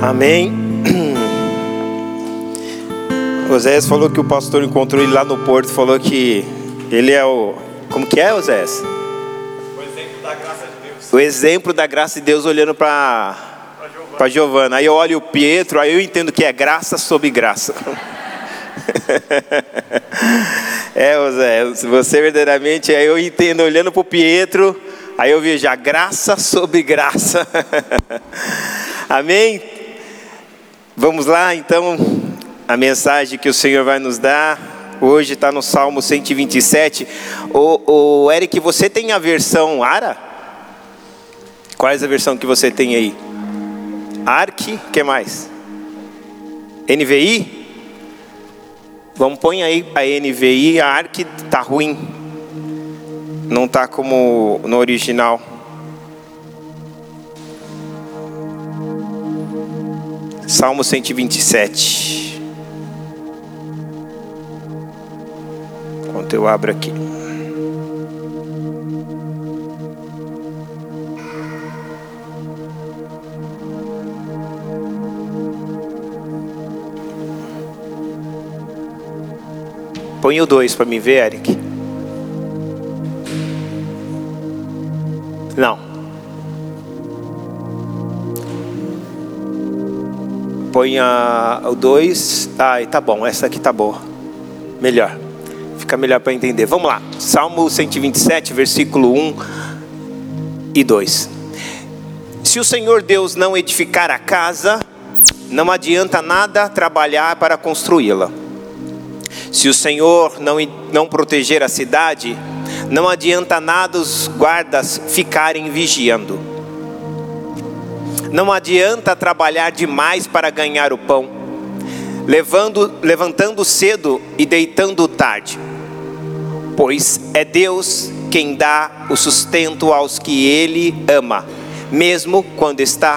Amém. Oséias falou que o pastor encontrou ele lá no porto, falou que ele é o... Como que é, Oséias? O exemplo da graça de Deus. O exemplo da graça de Deus olhando para Giovana. Aí eu olho o Pietro, aí eu entendo que é graça sobre graça. Oséias, você verdadeiramente, aí eu entendo olhando para o Pietro, aí eu vejo a graça sobre graça. Amém? Vamos lá então, a mensagem que o Senhor vai nos dar hoje está no Salmo 127. O Eric, você tem a versão ARA? Qual é a versão que você tem aí? ARC, o que mais? NVI? Vamos pôr aí a NVI, a ARC está ruim. Não está como no original. Salmo 127. Enquanto eu abro aqui. Põe o 2 para mim ver, Eric. Não. Põe o 2. Tá bom, essa aqui tá boa. Melhor. Fica melhor para entender. Vamos lá. Salmo 127, versículo 1 e 2. Se o Senhor Deus não edificar a casa, não adianta nada trabalhar para construí-la. Se o Senhor não proteger a cidade, não adianta nada os guardas ficarem vigiando. Não adianta trabalhar demais para ganhar o pão, levantando cedo e deitando tarde. Pois é Deus quem dá o sustento aos que Ele ama, mesmo quando estão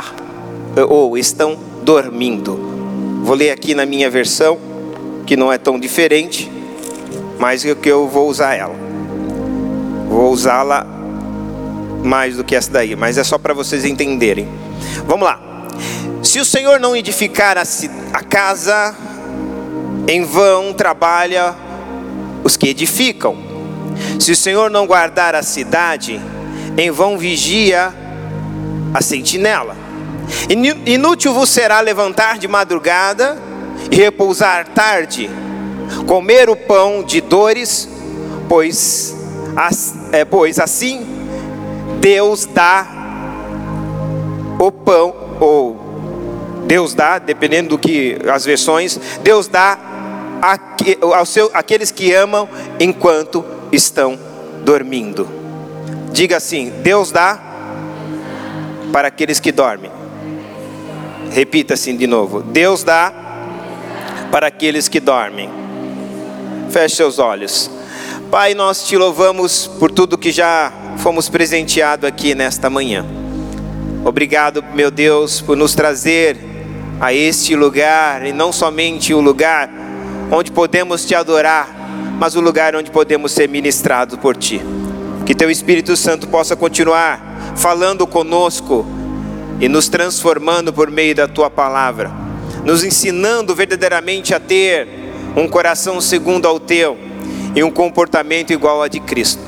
dormindo. Vou ler aqui na minha versão, que não é tão diferente, mas que eu vou usar ela. Vou usá-la mais do que essa daí, mas é só para vocês entenderem. Vamos lá. Se o Senhor não edificar a casa, em vão trabalha os que edificam. Se o Senhor não guardar a cidade, em vão vigia a sentinela. Inútil vos será levantar de madrugada e repousar tarde, comer o pão de dores, pois assim Deus dá o pão, ou Deus dá, dependendo do que as versões, Deus dá àqueles que amam enquanto estão dormindo. Diga assim: Deus dá para aqueles que dormem. Repita assim de novo: Deus dá para aqueles que dormem. Feche seus olhos. Pai, nós te louvamos por tudo que já fomos presenteados aqui nesta manhã. Obrigado, meu Deus, por nos trazer a este lugar, e não somente o lugar onde podemos te adorar, mas o lugar onde podemos ser ministrados por ti. Que teu Espírito Santo possa continuar falando conosco e nos transformando por meio da tua palavra, nos ensinando verdadeiramente a ter um coração segundo ao teu e um comportamento igual ao de Cristo.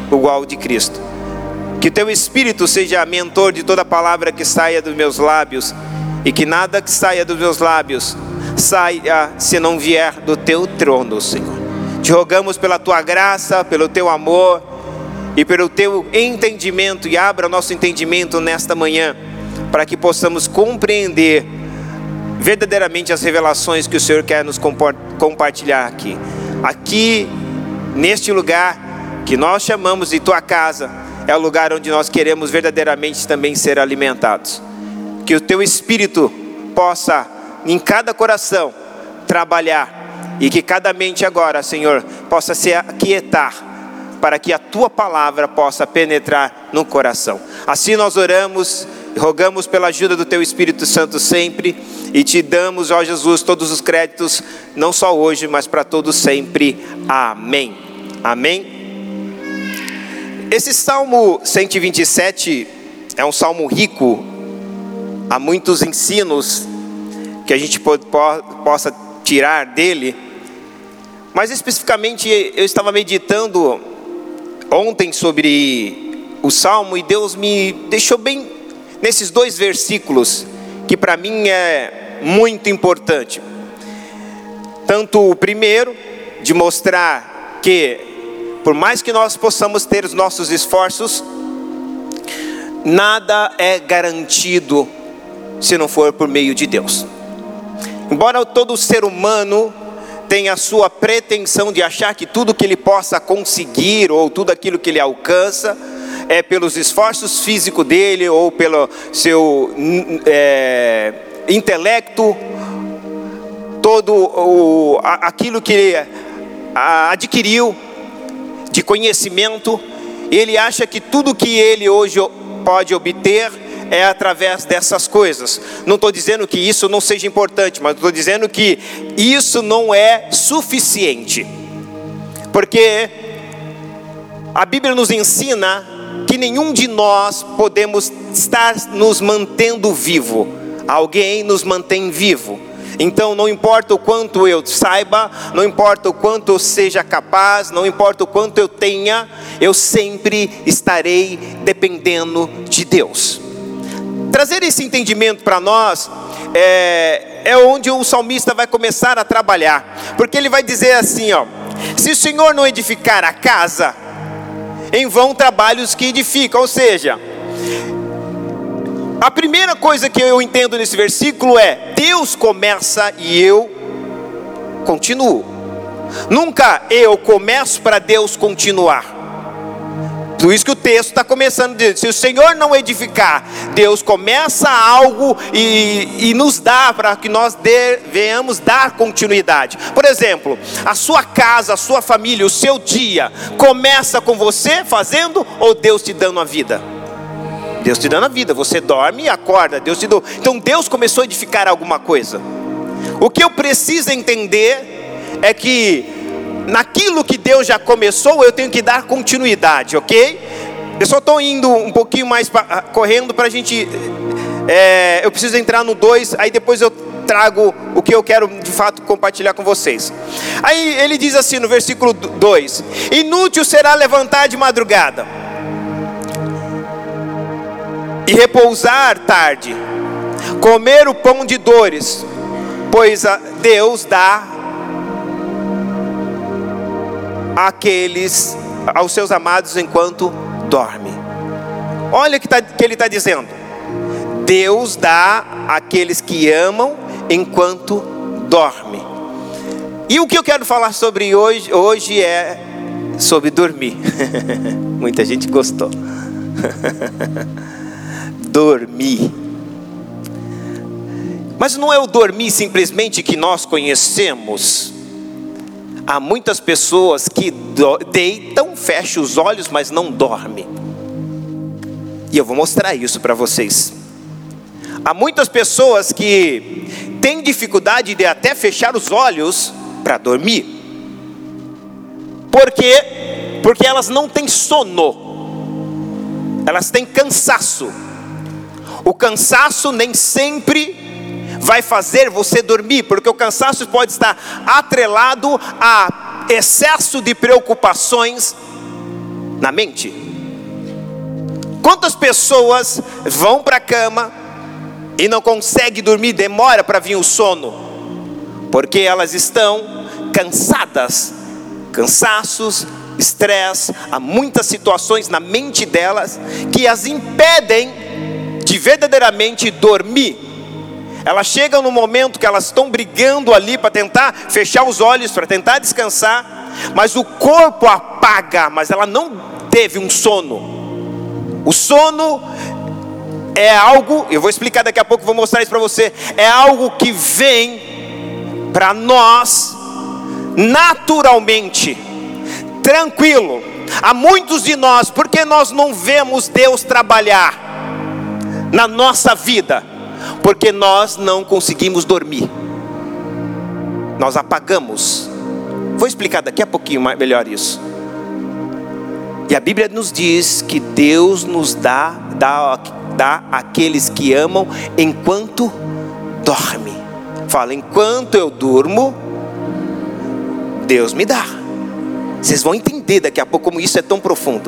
Que teu Espírito seja mentor de toda palavra que saia dos meus lábios, e que nada que saia dos meus lábios saia se não vier do teu trono, Senhor. Te rogamos pela tua graça, pelo teu amor e pelo teu entendimento, e abra nosso entendimento nesta manhã, para que possamos compreender verdadeiramente as revelações que o Senhor quer nos compartilhar aqui neste lugar que nós chamamos de tua casa. É o lugar onde nós queremos verdadeiramente também ser alimentados. Que o teu Espírito possa em cada coração trabalhar, e que cada mente agora, Senhor, possa se aquietar, para que a tua palavra possa penetrar no coração. Assim nós oramos, rogamos pela ajuda do teu Espírito Santo sempre, e te damos, ó Jesus, todos os créditos, não só hoje, mas para todos sempre. Amém. Amém. Esse Salmo 127 é um salmo rico, há muitos ensinos que a gente possa tirar dele. Mas especificamente eu estava meditando ontem sobre o Salmo, e Deus me deixou bem nesses 2 versículos, que para mim é muito importante. Tanto o primeiro, de mostrar que por mais que nós possamos ter os nossos esforços, nada é garantido se não for por meio de Deus. Embora todo ser humano tenha a sua pretensão de achar que tudo que ele possa conseguir, ou tudo aquilo que ele alcança, é pelos esforços físicos dele, ou pelo seu intelecto, todo aquilo que ele adquiriu de conhecimento, ele acha que tudo que ele hoje pode obter é através dessas coisas. Não estou dizendo que isso não seja importante, mas estou dizendo que isso não é suficiente, porque a Bíblia nos ensina que nenhum de nós podemos estar nos mantendo vivo. Alguém nos mantém vivo. Então não importa o quanto eu saiba, não importa o quanto eu seja capaz, não importa o quanto eu tenha, eu sempre estarei dependendo de Deus. Trazer esse entendimento para nós é onde o salmista vai começar a trabalhar, porque ele vai dizer assim, ó: se o Senhor não edificar a casa, em vão trabalham os que edificam. Ou seja, a primeira coisa que eu entendo nesse versículo é: Deus começa e eu continuo. Nunca eu começo para Deus continuar. Por isso que o texto está começando dizendo: se o Senhor não edificar, Deus começa algo e nos dá para que nós venhamos dar continuidade. Por exemplo, a sua casa, a sua família, o seu dia começa com você fazendo, ou Deus te dando a vida? Deus te dando a vida. Você dorme e acorda, Deus te deu. Então Deus começou a edificar alguma coisa. O que eu preciso entender é que naquilo que Deus já começou, eu tenho que dar continuidade, ok? Eu só estou indo um pouquinho mais correndo para a gente... eu preciso entrar no 2, aí depois eu trago o que eu quero de fato compartilhar com vocês. Aí ele diz assim no versículo 2: inútil será levantar de madrugada e repousar tarde, comer o pão de dores, pois Deus dá aos seus amados enquanto dorme. Olha o que ele está dizendo: Deus dá àqueles que amam enquanto dorme. E o que eu quero falar sobre hoje é sobre dormir. Muita gente gostou. Dormir. Mas não é o dormir simplesmente que nós conhecemos. Há muitas pessoas que deitam, fecham os olhos, mas não dormem. E eu vou mostrar isso para vocês. Há muitas pessoas que têm dificuldade de até fechar os olhos para dormir. Por quê? Porque elas não têm sono. Elas têm cansaço. O cansaço nem sempre vai fazer você dormir, porque o cansaço pode estar atrelado a excesso de preocupações na mente. Quantas pessoas vão para a cama e não conseguem dormir, demora para vir o sono, porque elas estão cansadas. Cansaços, estresse, há muitas situações na mente delas que as impedem de verdadeiramente dormir. Elas chegam no momento que elas estão brigando ali para tentar fechar os olhos, para tentar descansar, mas o corpo apaga, mas ela não teve um sono. O sono é algo, eu vou explicar daqui a pouco, vou mostrar isso para você, é algo que vem para nós naturalmente, tranquilo. Há muitos de nós, porque nós não vemos Deus trabalhar na nossa vida? Porque nós não conseguimos dormir. Nós apagamos. Vou explicar daqui a pouquinho melhor isso. E a Bíblia nos diz que Deus nos dá àqueles que amam enquanto dorme. fala: enquanto eu durmo, Deus me dá. Vocês vão entender daqui a pouco como isso é tão profundo.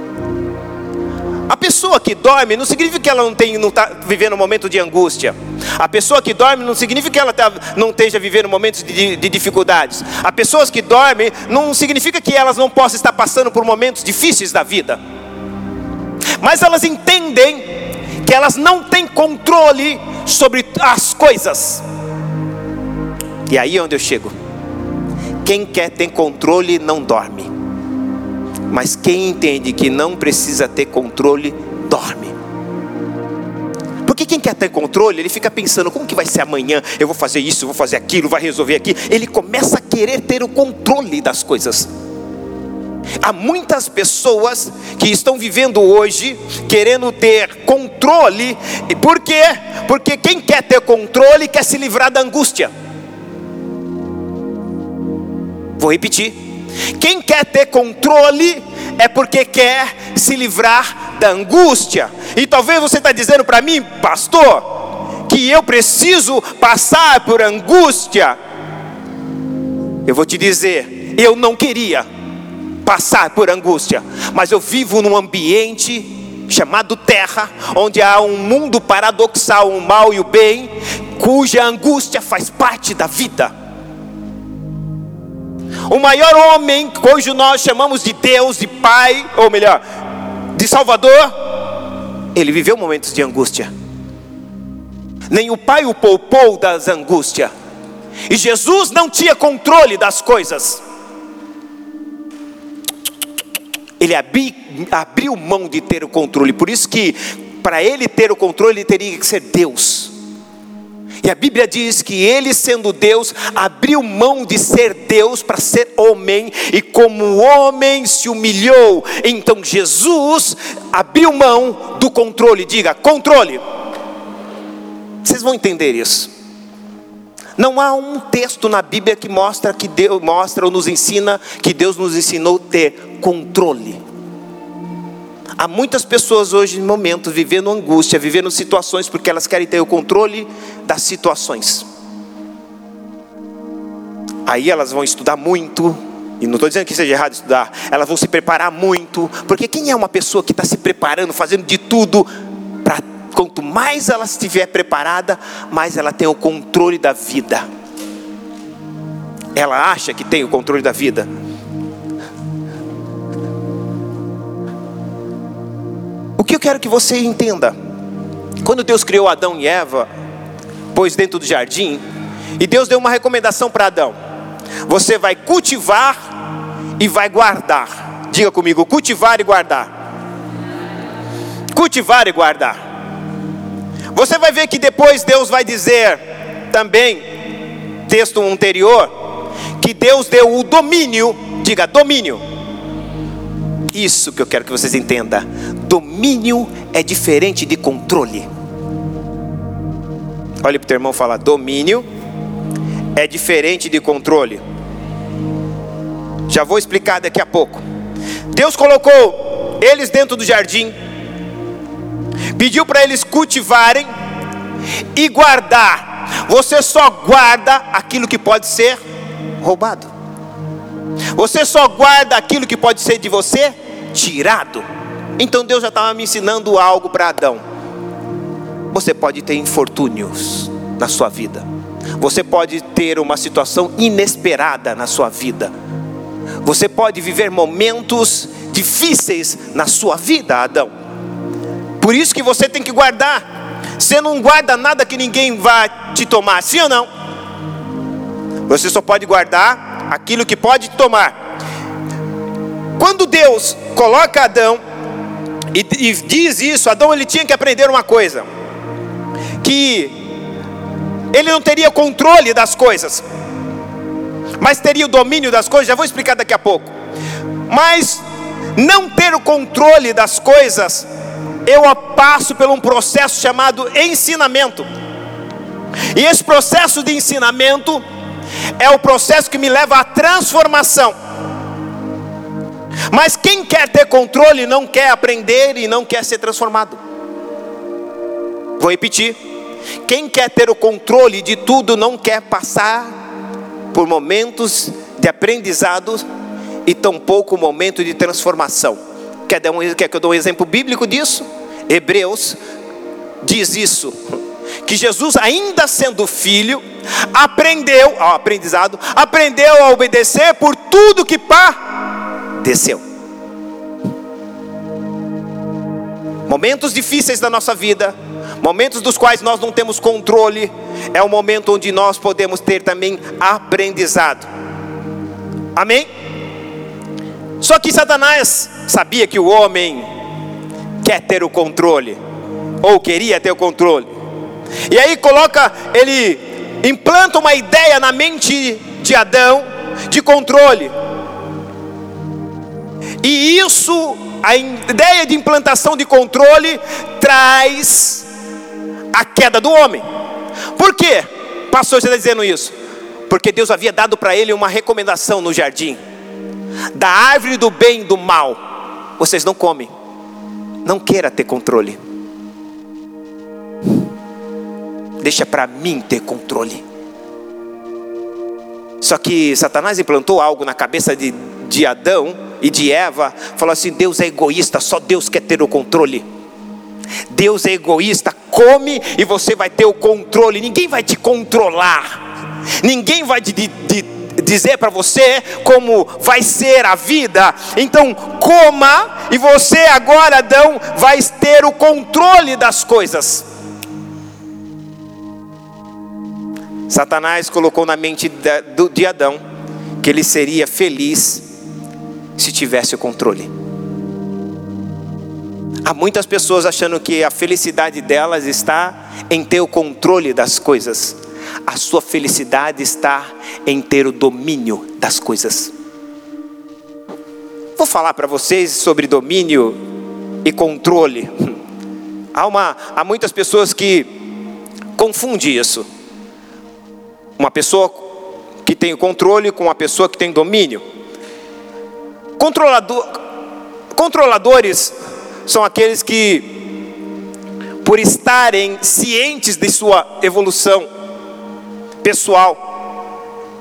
A pessoa que dorme não significa que ela não está vivendo um momento de angústia. A pessoa que dorme não significa que ela não esteja vivendo momentos de dificuldades. As pessoas que dormem não significa que elas não possam estar passando por momentos difíceis da vida. Mas elas entendem que elas não têm controle sobre as coisas. E aí é onde eu chego. Quem quer ter controle não dorme. Mas quem entende que não precisa ter controle, dorme. Porque quem quer ter controle, ele fica pensando: como que vai ser amanhã? Eu vou fazer isso, eu vou fazer aquilo, vai resolver aqui. Ele começa a querer ter o controle das coisas. Há muitas pessoas que estão vivendo hoje querendo ter controle. Por quê? Porque quem quer ter controle quer se livrar da angústia. Vou repetir. Quem quer ter controle é porque quer se livrar da angústia. E talvez você está dizendo para mim: pastor, que eu preciso passar por angústia. Eu vou te dizer, eu não queria passar por angústia, mas eu vivo num ambiente chamado terra, onde há um mundo paradoxal, o mal e o bem, cuja angústia faz parte da vida. O maior homem, cujo nós chamamos de Deus, de Pai, ou melhor, de Salvador, ele viveu momentos de angústia. Nem o Pai o poupou das angústias. E Jesus não tinha controle das coisas. Ele abriu mão de ter o controle. Por isso que para ele ter o controle, ele teria que ser Deus. E a Bíblia diz que ele, sendo Deus, abriu mão de ser Deus para ser homem. E como homem se humilhou. Então Jesus abriu mão do controle. Diga, controle. Vocês vão entender isso. Não há um texto na Bíblia que mostra ou nos ensina que Deus nos ensinou a ter controle. Há muitas pessoas hoje, no momento, vivendo angústia, vivendo situações, porque elas querem ter o controle das situações. Aí elas vão estudar muito, e não estou dizendo que seja errado estudar, elas vão se preparar muito, porque quem é uma pessoa que está se preparando, fazendo de tudo, para quanto mais ela estiver preparada, mais ela tem o controle da vida. Ela acha que tem o controle da vida. O que eu quero que você entenda: quando Deus criou Adão e Eva, pôs dentro do jardim, e Deus deu uma recomendação para Adão: você vai cultivar e vai guardar. Diga comigo: cultivar e guardar. Cultivar e guardar. Você vai ver que depois Deus vai dizer também, texto anterior, que Deus deu o domínio. Diga, domínio. Isso que eu quero que vocês entendam. Domínio é diferente de controle. Olha para o teu irmão e fala: domínio é diferente de controle. Já vou explicar daqui a pouco. Deus colocou eles dentro do jardim, pediu para eles cultivarem e guardar. Você só guarda aquilo que pode ser roubado. Você só guarda aquilo que pode ser de você tirado. Então Deus já estava me ensinando algo para Adão. Você pode ter infortúnios na sua vida. Você pode ter uma situação inesperada na sua vida. Você pode viver momentos difíceis na sua vida, Adão. Por isso que você tem que guardar. Você não guarda nada que ninguém vai te tomar, sim ou não? Você só pode guardar aquilo que pode tomar. Quando Deus coloca Adão e diz isso, Adão ele tinha que aprender uma coisa: que ele não teria controle das coisas, mas teria o domínio das coisas. Já vou explicar daqui a pouco. Mas não ter o controle das coisas, eu passo por um processo chamado ensinamento. E esse processo de ensinamento é o processo que me leva à transformação. Mas quem quer ter controle não quer aprender e não quer ser transformado. Vou repetir. Quem quer ter o controle de tudo não quer passar por momentos de aprendizado e tampouco momento de transformação. Quer que eu dê um exemplo bíblico disso? Hebreus diz isso, que Jesus, ainda sendo filho, aprendeu a obedecer por tudo que padeceu. Momentos difíceis da nossa vida, momentos dos quais nós não temos controle, é o momento onde nós podemos ter também aprendizado. Amém? Só que Satanás sabia que o homem quer ter o controle, ou queria ter o controle. E aí ele implanta uma ideia na mente de Adão de controle. E isso, a ideia de implantação de controle, traz a queda do homem. Por quê? Pastor, você está dizendo isso? Porque Deus havia dado para ele uma recomendação no jardim: da árvore do bem e do mal vocês não comem. Não queira ter controle. Deixa para mim ter controle. Só que Satanás implantou algo na cabeça de Adão e de Eva. Falou assim: Deus é egoísta, só Deus quer ter o controle. Deus é egoísta, come e você vai ter o controle. Ninguém vai te controlar. Ninguém vai dizer para você como vai ser a vida. Então coma e você agora, Adão, vai ter o controle das coisas. Satanás colocou na mente de Adão que ele seria feliz se tivesse o controle. Há muitas pessoas achando que a felicidade delas está em ter o controle das coisas. A sua felicidade está em ter o domínio das coisas. Vou falar para vocês sobre domínio e controle. Há muitas pessoas que confundem isso. Uma pessoa que tem o controle com uma pessoa que tem domínio. Controladores são aqueles que, por estarem cientes de sua evolução pessoal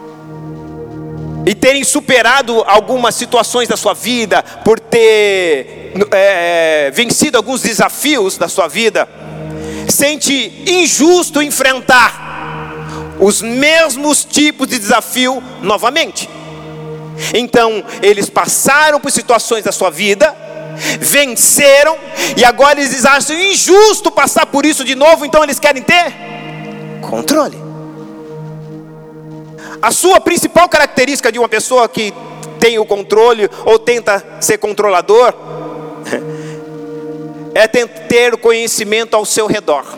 e terem superado algumas situações da sua vida, por ter vencido alguns desafios da sua vida, sente injusto enfrentar os mesmos tipos de desafio novamente. Então eles passaram por situações da sua vida, venceram, e agora eles acham injusto passar por isso de novo. Então eles querem ter controle. A sua principal característica de uma pessoa que tem o controle ou tenta ser controlador é ter o conhecimento ao seu redor.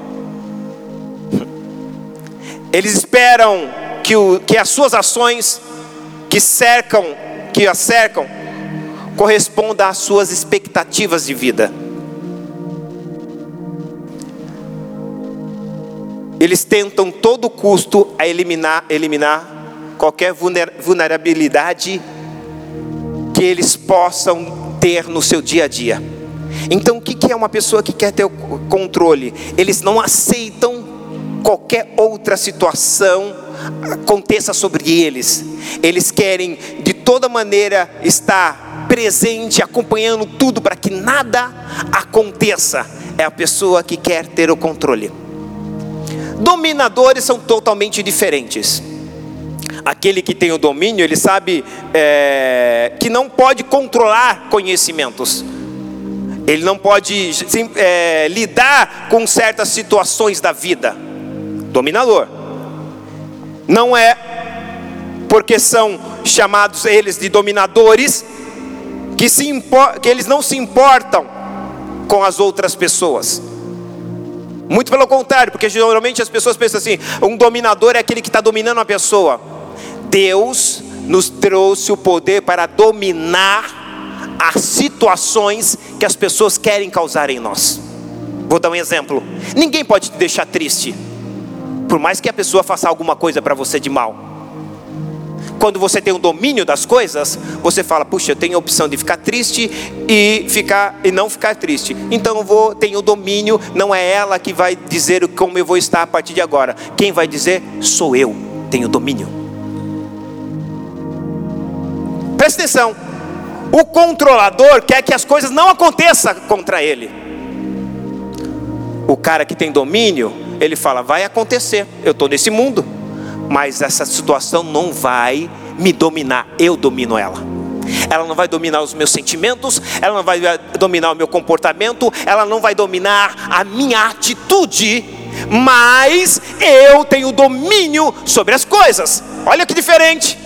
Eles esperam que as suas ações que a cercam correspondam às suas expectativas de vida. Eles tentam todo custo a eliminar qualquer vulnerabilidade que eles possam ter no seu dia a dia. Então o que é uma pessoa que quer ter o controle? Eles não aceitam qualquer outra situação aconteça sobre eles. Eles querem de toda maneira estar presente, acompanhando tudo para que nada aconteça. É a pessoa que quer ter o controle. Dominadores são totalmente diferentes. Aquele que tem o domínio, ele sabe que não pode controlar conhecimentos. Ele não pode lidar com certas situações da vida. Dominador. Não é porque são chamados eles de dominadores que eles não se importam com as outras pessoas. Muito pelo contrário, porque geralmente as pessoas pensam assim: um dominador é aquele que está dominando a pessoa. Deus nos trouxe o poder para dominar as situações que as pessoas querem causar em nós. Vou dar um exemplo. Ninguém pode te deixar triste, por mais que a pessoa faça alguma coisa para você de mal. quando você tem o domínio das coisas, você fala, puxa, eu tenho a opção de ficar triste e não ficar triste. Então tenho o domínio, não é ela que vai dizer como eu vou estar a partir de agora. Quem vai dizer? Sou eu, tenho domínio. Presta atenção, o controlador quer que as coisas não aconteçam contra ele. O cara que tem domínio, ele fala, vai acontecer, eu estou nesse mundo, mas essa situação não vai me dominar, eu domino ela. Ela não vai dominar os meus sentimentos, ela não vai dominar o meu comportamento, ela não vai dominar a minha atitude, mas eu tenho domínio sobre as coisas. Olha que diferente.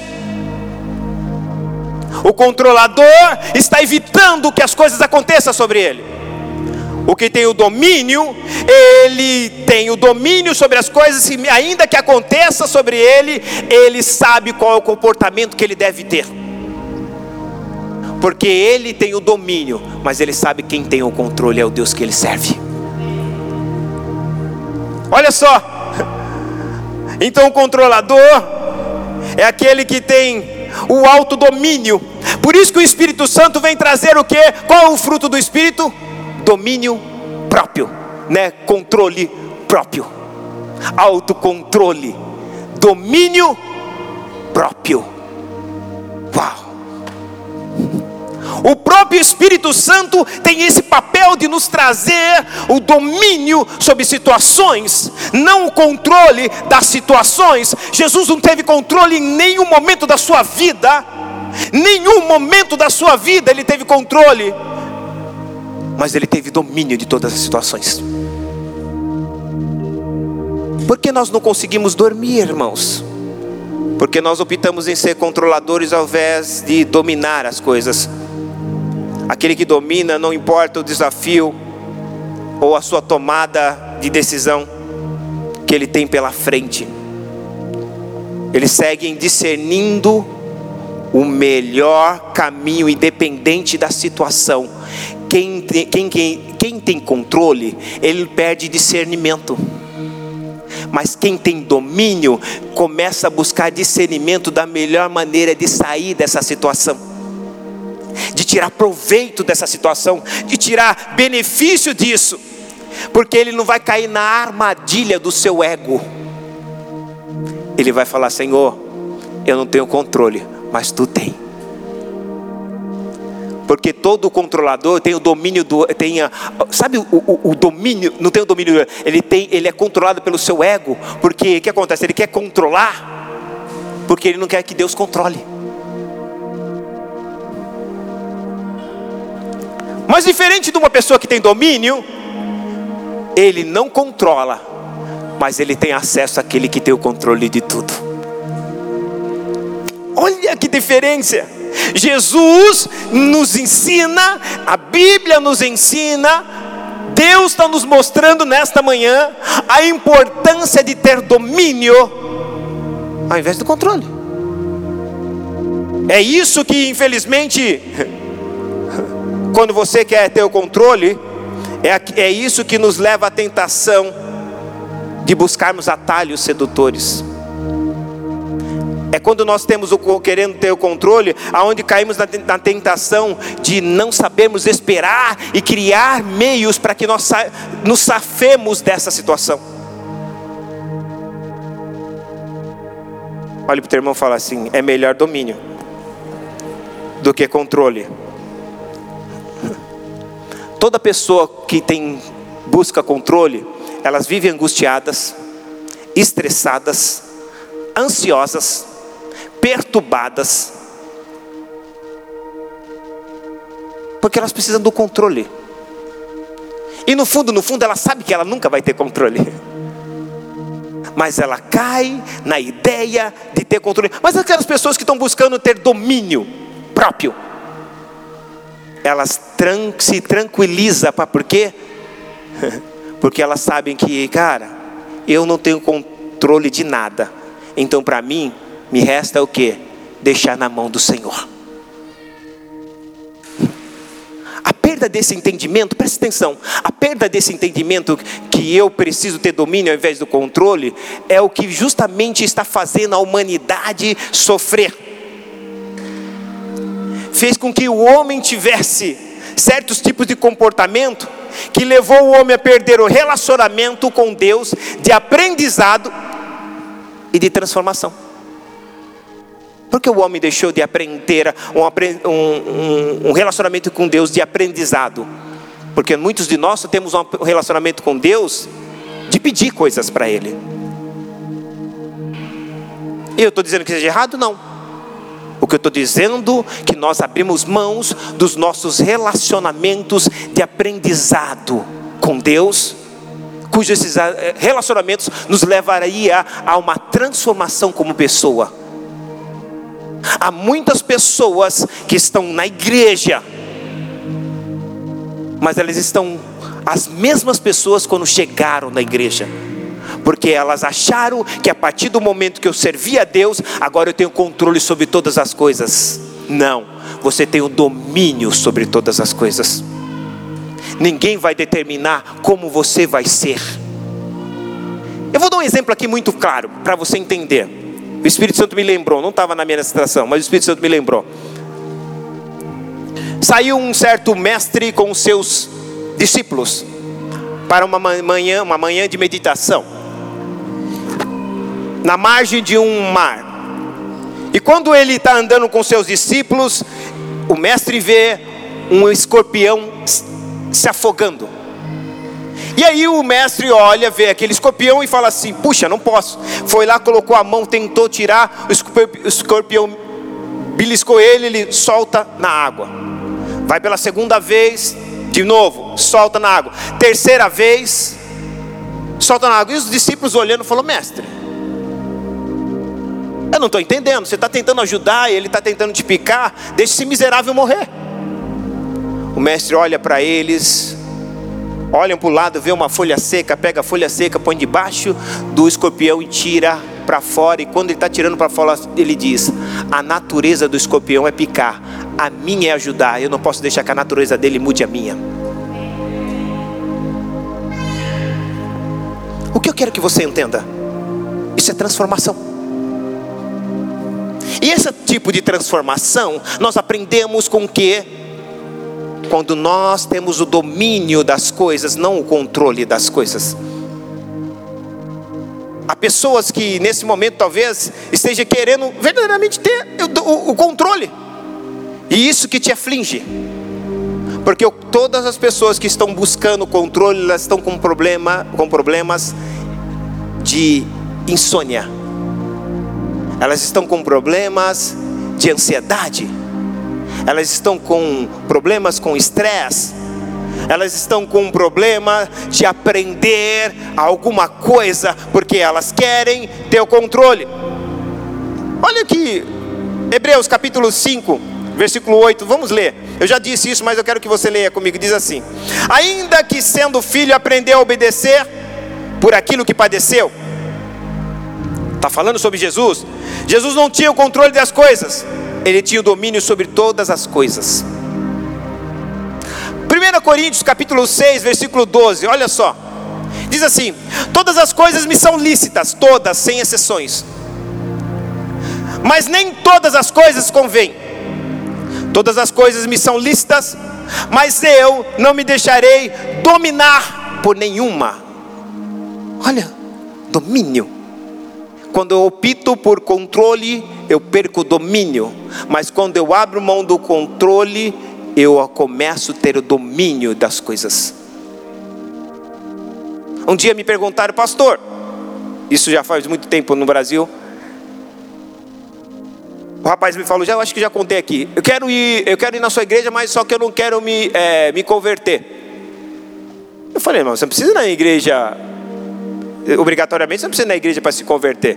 O controlador está evitando que as coisas aconteçam sobre ele. O que tem o domínio, ele tem o domínio sobre as coisas, e ainda que aconteça sobre ele, ele sabe qual é o comportamento que ele deve ter. Porque ele tem o domínio, mas ele sabe quem tem o controle é o Deus que ele serve. Olha só. Então o controlador é aquele que tem o autodomínio. Por isso que o Espírito Santo vem trazer o quê? Qual é o fruto do Espírito? Domínio próprio, né? Controle próprio, autocontrole, domínio próprio. Uau! O próprio Espírito Santo tem esse papel de nos trazer o domínio sobre situações, não o controle das situações. Jesus não teve controle em nenhum momento da sua vida, nenhum momento da sua vida ele teve controle, mas ele teve domínio de todas as situações. Por que nós não conseguimos dormir, irmãos? Porque nós optamos em ser controladores ao invés de dominar as coisas. Aquele que domina, não importa o desafio ou a sua tomada de decisão que ele tem pela frente, ele segue discernindo o melhor caminho, independente da situação. Quem tem controle, ele perde discernimento. Mas quem tem domínio, começa a buscar discernimento da melhor maneira de sair dessa situação, de tirar proveito dessa situação, de tirar benefício disso. Porque ele não vai cair na armadilha do seu ego. Ele vai falar, Senhor, eu não tenho controle, mas tu tem. Porque todo controlador tem o domínio sabe o domínio, não tem o domínio, ele é controlado pelo seu ego. Porque o que acontece? Ele quer controlar, porque ele não quer que Deus controle. Mas diferente de uma pessoa que tem domínio, ele não controla, mas ele tem acesso àquele que tem o controle de tudo. Olha que diferença. Jesus nos ensina, a Bíblia nos ensina, Deus está nos mostrando nesta manhã a importância de ter domínio ao invés do controle. É isso que, infelizmente, quando você quer ter o controle, é isso que nos leva à tentação de buscarmos atalhos sedutores. É quando nós temos querendo ter o controle, aonde caímos na tentação de não sabermos esperar e criar meios para que nós nos safemos dessa situação. Olha para o teu irmão e fala assim, é melhor domínio do que controle. Toda pessoa que busca controle, elas vivem angustiadas, estressadas, ansiosas, perturbadas, porque elas precisam do controle. E no fundo ela sabe que ela nunca vai ter controle, mas ela cai na ideia de ter controle. Mas aquelas pessoas que estão buscando ter domínio próprio, elas se tranquilizam. Por quê? Porque elas sabem que, cara, eu não tenho controle de nada, então para mim me resta o quê? Deixar na mão do Senhor. A perda desse entendimento, presta atenção, a perda desse entendimento que eu preciso ter domínio ao invés do controle, é o que justamente está fazendo a humanidade sofrer. fez com que o homem tivesse certos tipos de comportamento que levou o homem a perder o relacionamento com Deus, de aprendizado e de transformação. Porque o homem deixou de aprender um relacionamento com Deus de aprendizado? Porque muitos de nós temos um relacionamento com Deus de pedir coisas para Ele. E eu estou dizendo que seja errado? Não. O que eu estou dizendo é que nós abrimos mãos dos nossos relacionamentos de aprendizado com Deus, cujos esses relacionamentos nos levaria a uma transformação como pessoa. Há muitas pessoas que estão na igreja, mas elas estão as mesmas pessoas quando chegaram na igreja, porque elas acharam que a partir do momento que eu servia a Deus, agora eu tenho controle sobre todas as coisas. Não, você tem o domínio sobre todas as coisas. Ninguém vai determinar como você vai ser. Eu vou dar um exemplo aqui muito claro, para você entender. O Espírito Santo me lembrou, não estava na minha citação, mas o Espírito Santo me lembrou. Saiu um certo mestre com os seus discípulos para uma manhã de meditação, na margem de um mar. E quando ele está andando com seus discípulos, o mestre vê um escorpião se afogando. E aí o mestre olha, vê aquele escorpião e fala assim: puxa, não posso. Foi lá, colocou a mão, tentou tirar, o escorpião beliscou ele, ele solta na água. Vai pela segunda vez, de novo, solta na água. Terceira vez, solta na água. E os discípulos olhando, falaram: mestre, eu não estou entendendo, você está tentando ajudar, ele está tentando te picar, deixa esse miserável morrer. O mestre olha para eles, olham para o lado, vê uma folha seca, pega a folha seca, põe debaixo do escorpião e tira para fora. E quando ele está tirando para fora, ele diz: a natureza do escorpião é picar, a minha é ajudar. Eu não posso deixar que a natureza dele mude a minha. O que eu quero que você entenda? Isso é transformação. E esse tipo de transformação nós aprendemos com o quê? Quando nós temos o domínio das coisas, não o controle das coisas. Há pessoas que nesse momento talvez esteja querendo verdadeiramente ter o controle, e isso que te aflige. Porque todas as pessoas que estão buscando o controle, elas estão com problemas de insônia. Elas estão com problemas de ansiedade. Elas estão com problemas com estresse. Elas estão com um problema de aprender alguma coisa, porque elas querem ter o controle. Olha aqui, Hebreus capítulo 5, versículo 8, vamos ler. Eu já disse isso, mas eu quero que você leia comigo. Diz assim: ainda que sendo filho aprendeu a obedecer por aquilo que padeceu. Está falando sobre Jesus. Jesus não tinha o controle das coisas, ele tinha o domínio sobre todas as coisas. 1 Coríntios capítulo 6, versículo 12, olha só. Diz assim: todas as coisas me são lícitas, todas, sem exceções, mas nem todas as coisas convêm. Todas as coisas me são lícitas, mas eu não me deixarei dominar por nenhuma. Olha, domínio. Quando eu opto por controle, eu perco o domínio. Mas quando eu abro mão do controle, eu começo a ter o domínio das coisas. Um dia me perguntaram: pastor, isso já faz muito tempo no Brasil, o rapaz me falou, acho que já contei aqui: eu quero ir na sua igreja, mas só que eu não quero me converter. Eu falei: não, você não precisa ir na igreja obrigatoriamente, você não precisa ir na igreja para se converter.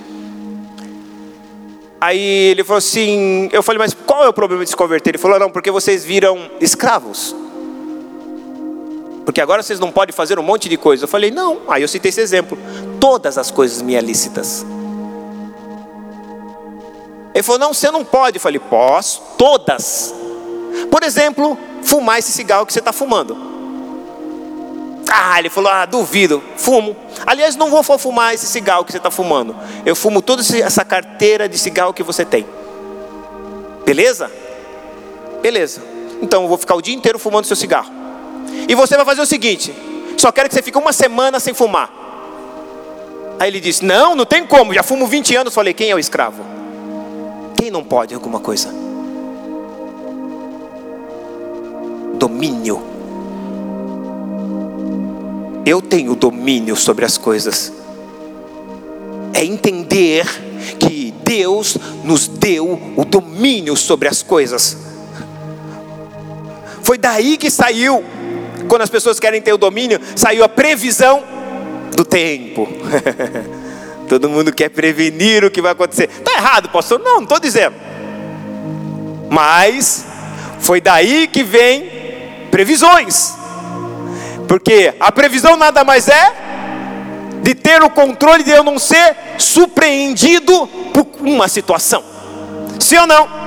Aí ele falou assim, eu falei: mas qual é o problema de se converter? Ele falou: não, porque vocês viram escravos, porque agora vocês não podem fazer um monte de coisa. Eu falei: não. Aí eu citei esse exemplo: todas as coisas me é lícitas. Ele falou: não, você não pode. Eu falei: posso, todas. Por exemplo, fumar esse cigarro que você está fumando. Ele falou: duvido. Fumo. Aliás, não vou fumar esse cigarro que você está fumando. Eu fumo toda essa carteira de cigarro que você tem. Beleza? beleza, então eu vou ficar o dia inteiro fumando seu cigarro. E você vai fazer o seguinte: só quero que você fique uma semana sem fumar. Aí ele disse: não tem como, já fumo 20 anos. Falei: quem é o escravo? Quem não pode alguma coisa? Domínio. Eu tenho domínio sobre as coisas. É entender que Deus nos deu o domínio sobre as coisas. Foi daí que saiu, quando as pessoas querem ter o domínio, saiu a previsão do tempo. Todo mundo quer prevenir o que vai acontecer. Está errado, pastor? Não estou dizendo. Mas foi daí que vem previsões. Porque a previsão nada mais é de ter o controle de eu não ser surpreendido por uma situação. Sim ou não?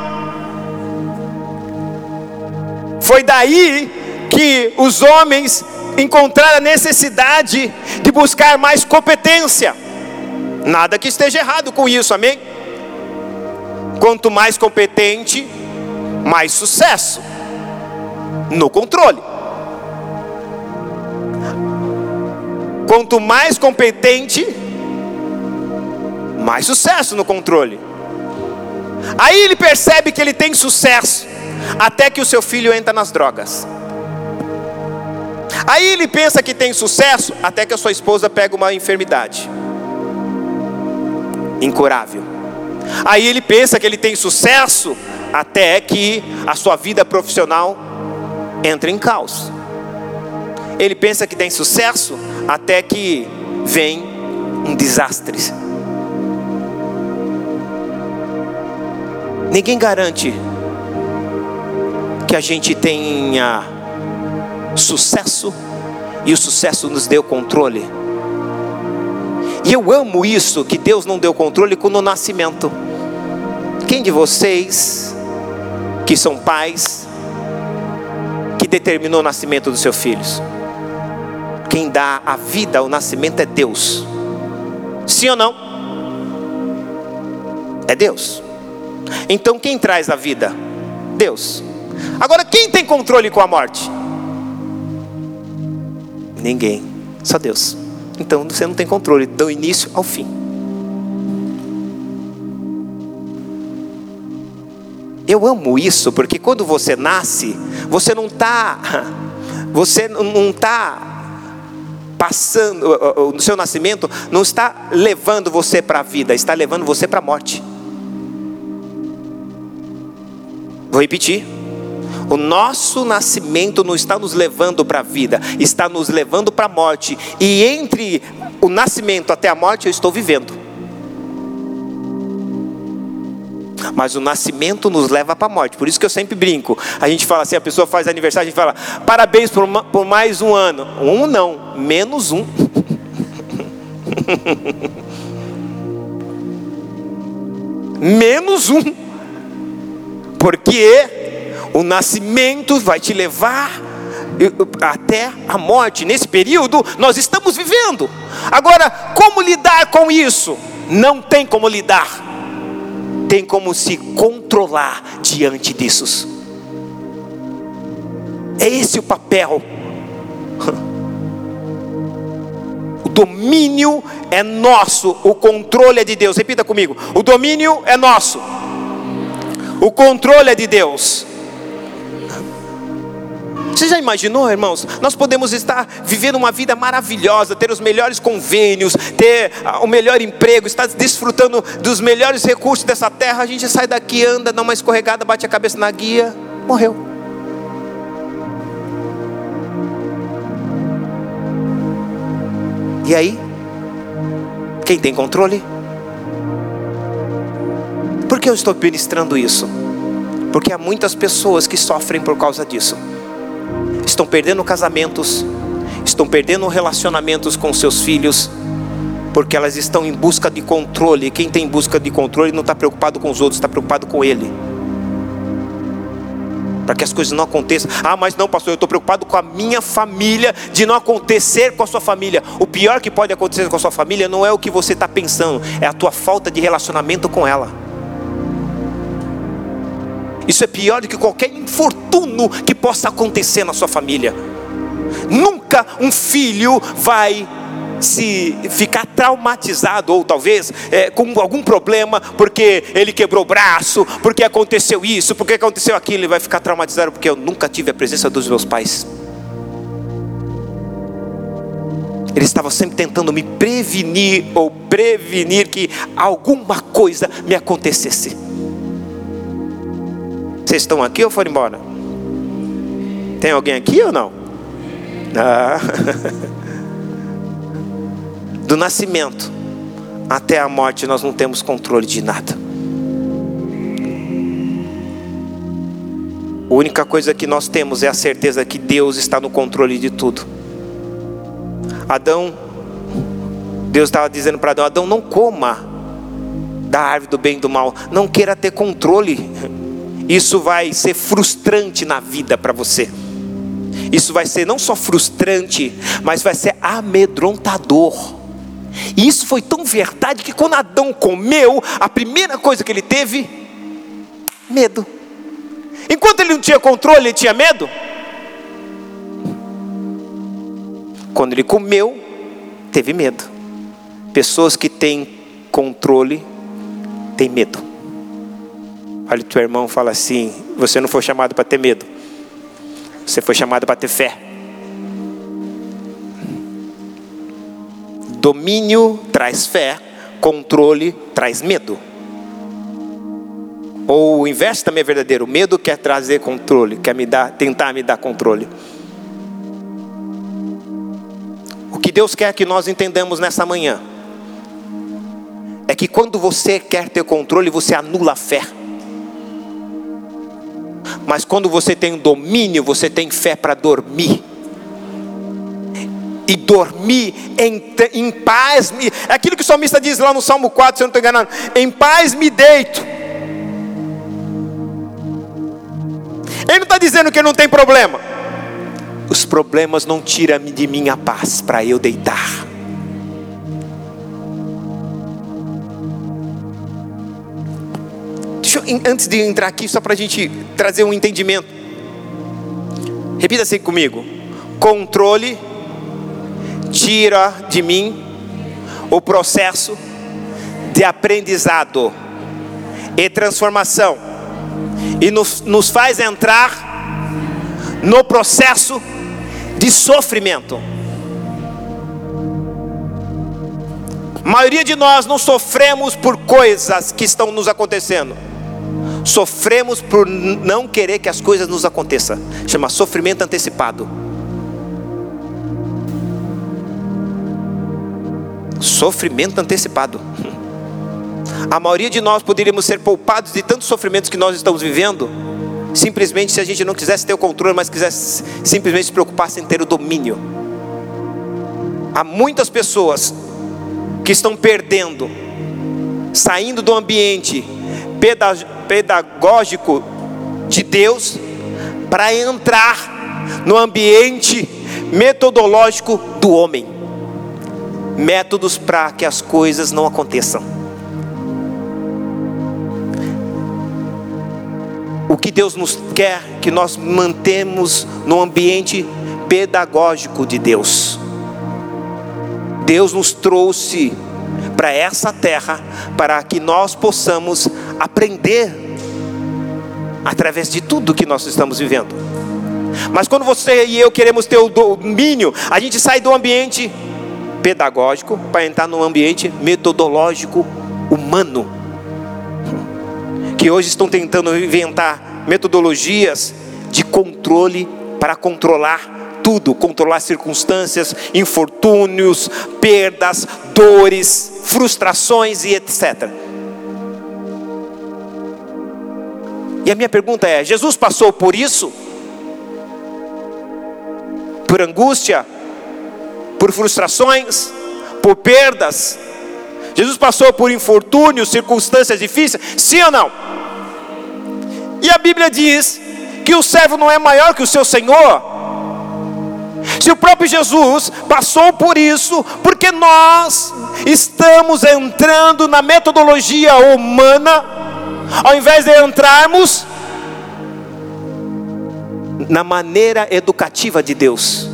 Foi daí que os homens encontraram a necessidade de buscar mais competência. Nada que esteja errado com isso, amém? Quanto mais competente, mais sucesso no controle. Quanto mais competente, mais sucesso no controle. Aí ele percebe que ele tem sucesso, até que o seu filho entra nas drogas. Aí ele pensa que tem sucesso, até que a sua esposa pega uma enfermidade incurável. Aí ele pensa que ele tem sucesso, até que a sua vida profissional entra em caos. Ele pensa que tem sucesso, até que vem um desastre. Ninguém garante que a gente tenha sucesso e o sucesso nos deu controle. E eu amo isso, que Deus não deu controle no nascimento. Quem de vocês que são pais, que determinou o nascimento dos seus filhos? Quem dá a vida ao nascimento é Deus. Sim ou não? É Deus. Então quem traz a vida? Deus. Agora quem tem controle com a morte? Ninguém, só Deus. Então você não tem controle do início ao fim. Eu amo isso, porque quando você nasce, você não está passando, o seu nascimento não está levando você para a vida, está levando você para a morte. Vou repetir. O nosso nascimento não está nos levando para a vida, está nos levando para a morte. E entre o nascimento até a morte eu estou vivendo. Mas o nascimento nos leva para a morte. Por isso que eu sempre brinco. A gente fala assim, a pessoa faz aniversário, a gente fala: parabéns por mais um ano. Um não, menos um. Menos um. Porque o nascimento vai te levar até a morte. Nesse período nós estamos vivendo. Agora, como lidar com isso? Não tem como lidar. Tem como se controlar diante disso. É esse o papel. O domínio é nosso, o controle é de Deus. Repita comigo: o domínio é nosso, o controle é de Deus. Você já imaginou, irmãos? Nós podemos estar vivendo uma vida maravilhosa, ter os melhores convênios, ter o melhor emprego, estar desfrutando dos melhores recursos dessa terra. A gente sai daqui, anda, dá uma escorregada, bate a cabeça na guia, morreu. E aí? Quem tem controle? Por que eu estou ministrando isso? Porque há muitas pessoas que sofrem por causa disso. Estão perdendo casamentos, estão perdendo relacionamentos com seus filhos, porque elas estão em busca de controle. E quem tem em busca de controle não está preocupado com os outros, está preocupado com ele, para que as coisas não aconteçam. Ah, mas não, pastor, eu estou preocupado com a minha família, de não acontecer com a sua família. O pior que pode acontecer com a sua família não é o que você está pensando, é a tua falta de relacionamento com ela. Isso é pior do que qualquer infortúnio que possa acontecer na sua família. Nunca um filho vai se ficar traumatizado, ou talvez com algum problema, porque ele quebrou o braço, porque aconteceu isso, porque aconteceu aquilo. Ele vai ficar traumatizado porque eu nunca tive a presença dos meus pais. Eles estavam sempre tentando me prevenir, ou prevenir que alguma coisa me acontecesse. Vocês estão aqui ou foram embora? Tem alguém aqui ou não? Do nascimento até a morte nós não temos controle de nada. A única coisa que nós temos é a certeza que Deus está no controle de tudo. Deus estava dizendo para Adão: Adão, não coma da árvore do bem e do mal, não queira ter controle. Isso vai ser frustrante na vida para você. Isso vai ser não só frustrante, mas vai ser amedrontador. E isso foi tão verdade que quando Adão comeu, a primeira coisa que ele teve, medo. Enquanto ele não tinha controle, ele tinha medo. Quando ele comeu, teve medo. Pessoas que têm controle têm medo. Olha o teu irmão, fala assim: você não foi chamado para ter medo, você foi chamado para ter fé. Domínio traz fé, controle traz medo. Ou o inverso também é verdadeiro: o medo quer trazer controle, quer tentar me dar controle. O que Deus quer que nós entendamos nessa manhã é que quando você quer ter controle, você anula a fé. Mas quando você tem domínio, você tem fé para dormir. E dormir em paz. É aquilo que o salmista diz lá no Salmo 4, se eu não estou enganado: em paz me deito. Ele não está dizendo que não tem problema. Os problemas não tiram de mim a paz para eu deitar. Antes de entrar aqui, só para a gente trazer um entendimento. Repita assim comigo: controle tira de mim o processo de aprendizado e transformação, e nos faz entrar no processo de sofrimento. A maioria de nós não sofremos por coisas que estão nos acontecendo, sofremos por não querer que as coisas nos aconteçam. Chama sofrimento antecipado. Sofrimento antecipado. A maioria de nós poderíamos ser poupados de tantos sofrimentos que nós estamos vivendo, simplesmente se a gente não quisesse ter o controle, mas quisesse simplesmente se preocupar em ter o domínio. Há muitas pessoas que estão perdendo, saindo do ambiente pedagógico de Deus para entrar no ambiente metodológico do homem. Métodos para que as coisas não aconteçam. O que Deus nos quer que nós mantemos no ambiente pedagógico de Deus. Deus nos trouxe para essa terra para que nós possamos aprender através de tudo que nós estamos vivendo. Mas quando você e eu queremos ter o domínio, a gente sai do ambiente pedagógico para entrar no ambiente metodológico humano, que hoje estão tentando inventar metodologias de controle para controlar tudo, controlar circunstâncias, infortúnios, perdas, dores, frustrações e etc. E a minha pergunta é: Jesus passou por isso? Por angústia? Por frustrações? Por perdas? Jesus passou por infortúnios, circunstâncias difíceis? Sim ou não? E a Bíblia diz que o servo não é maior que o seu Senhor. Se o próprio Jesus passou por isso, porque nós estamos entrando na metodologia humana, ao invés de entrarmos na maneira educativa de Deus.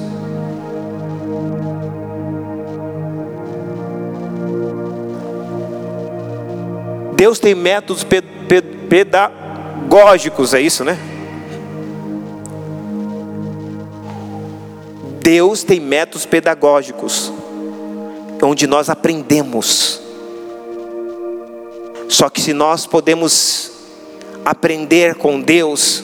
Deus tem métodos pedagógicos, é isso, né? Deus tem métodos pedagógicos, onde nós aprendemos. Só que se nós podemos aprender com Deus,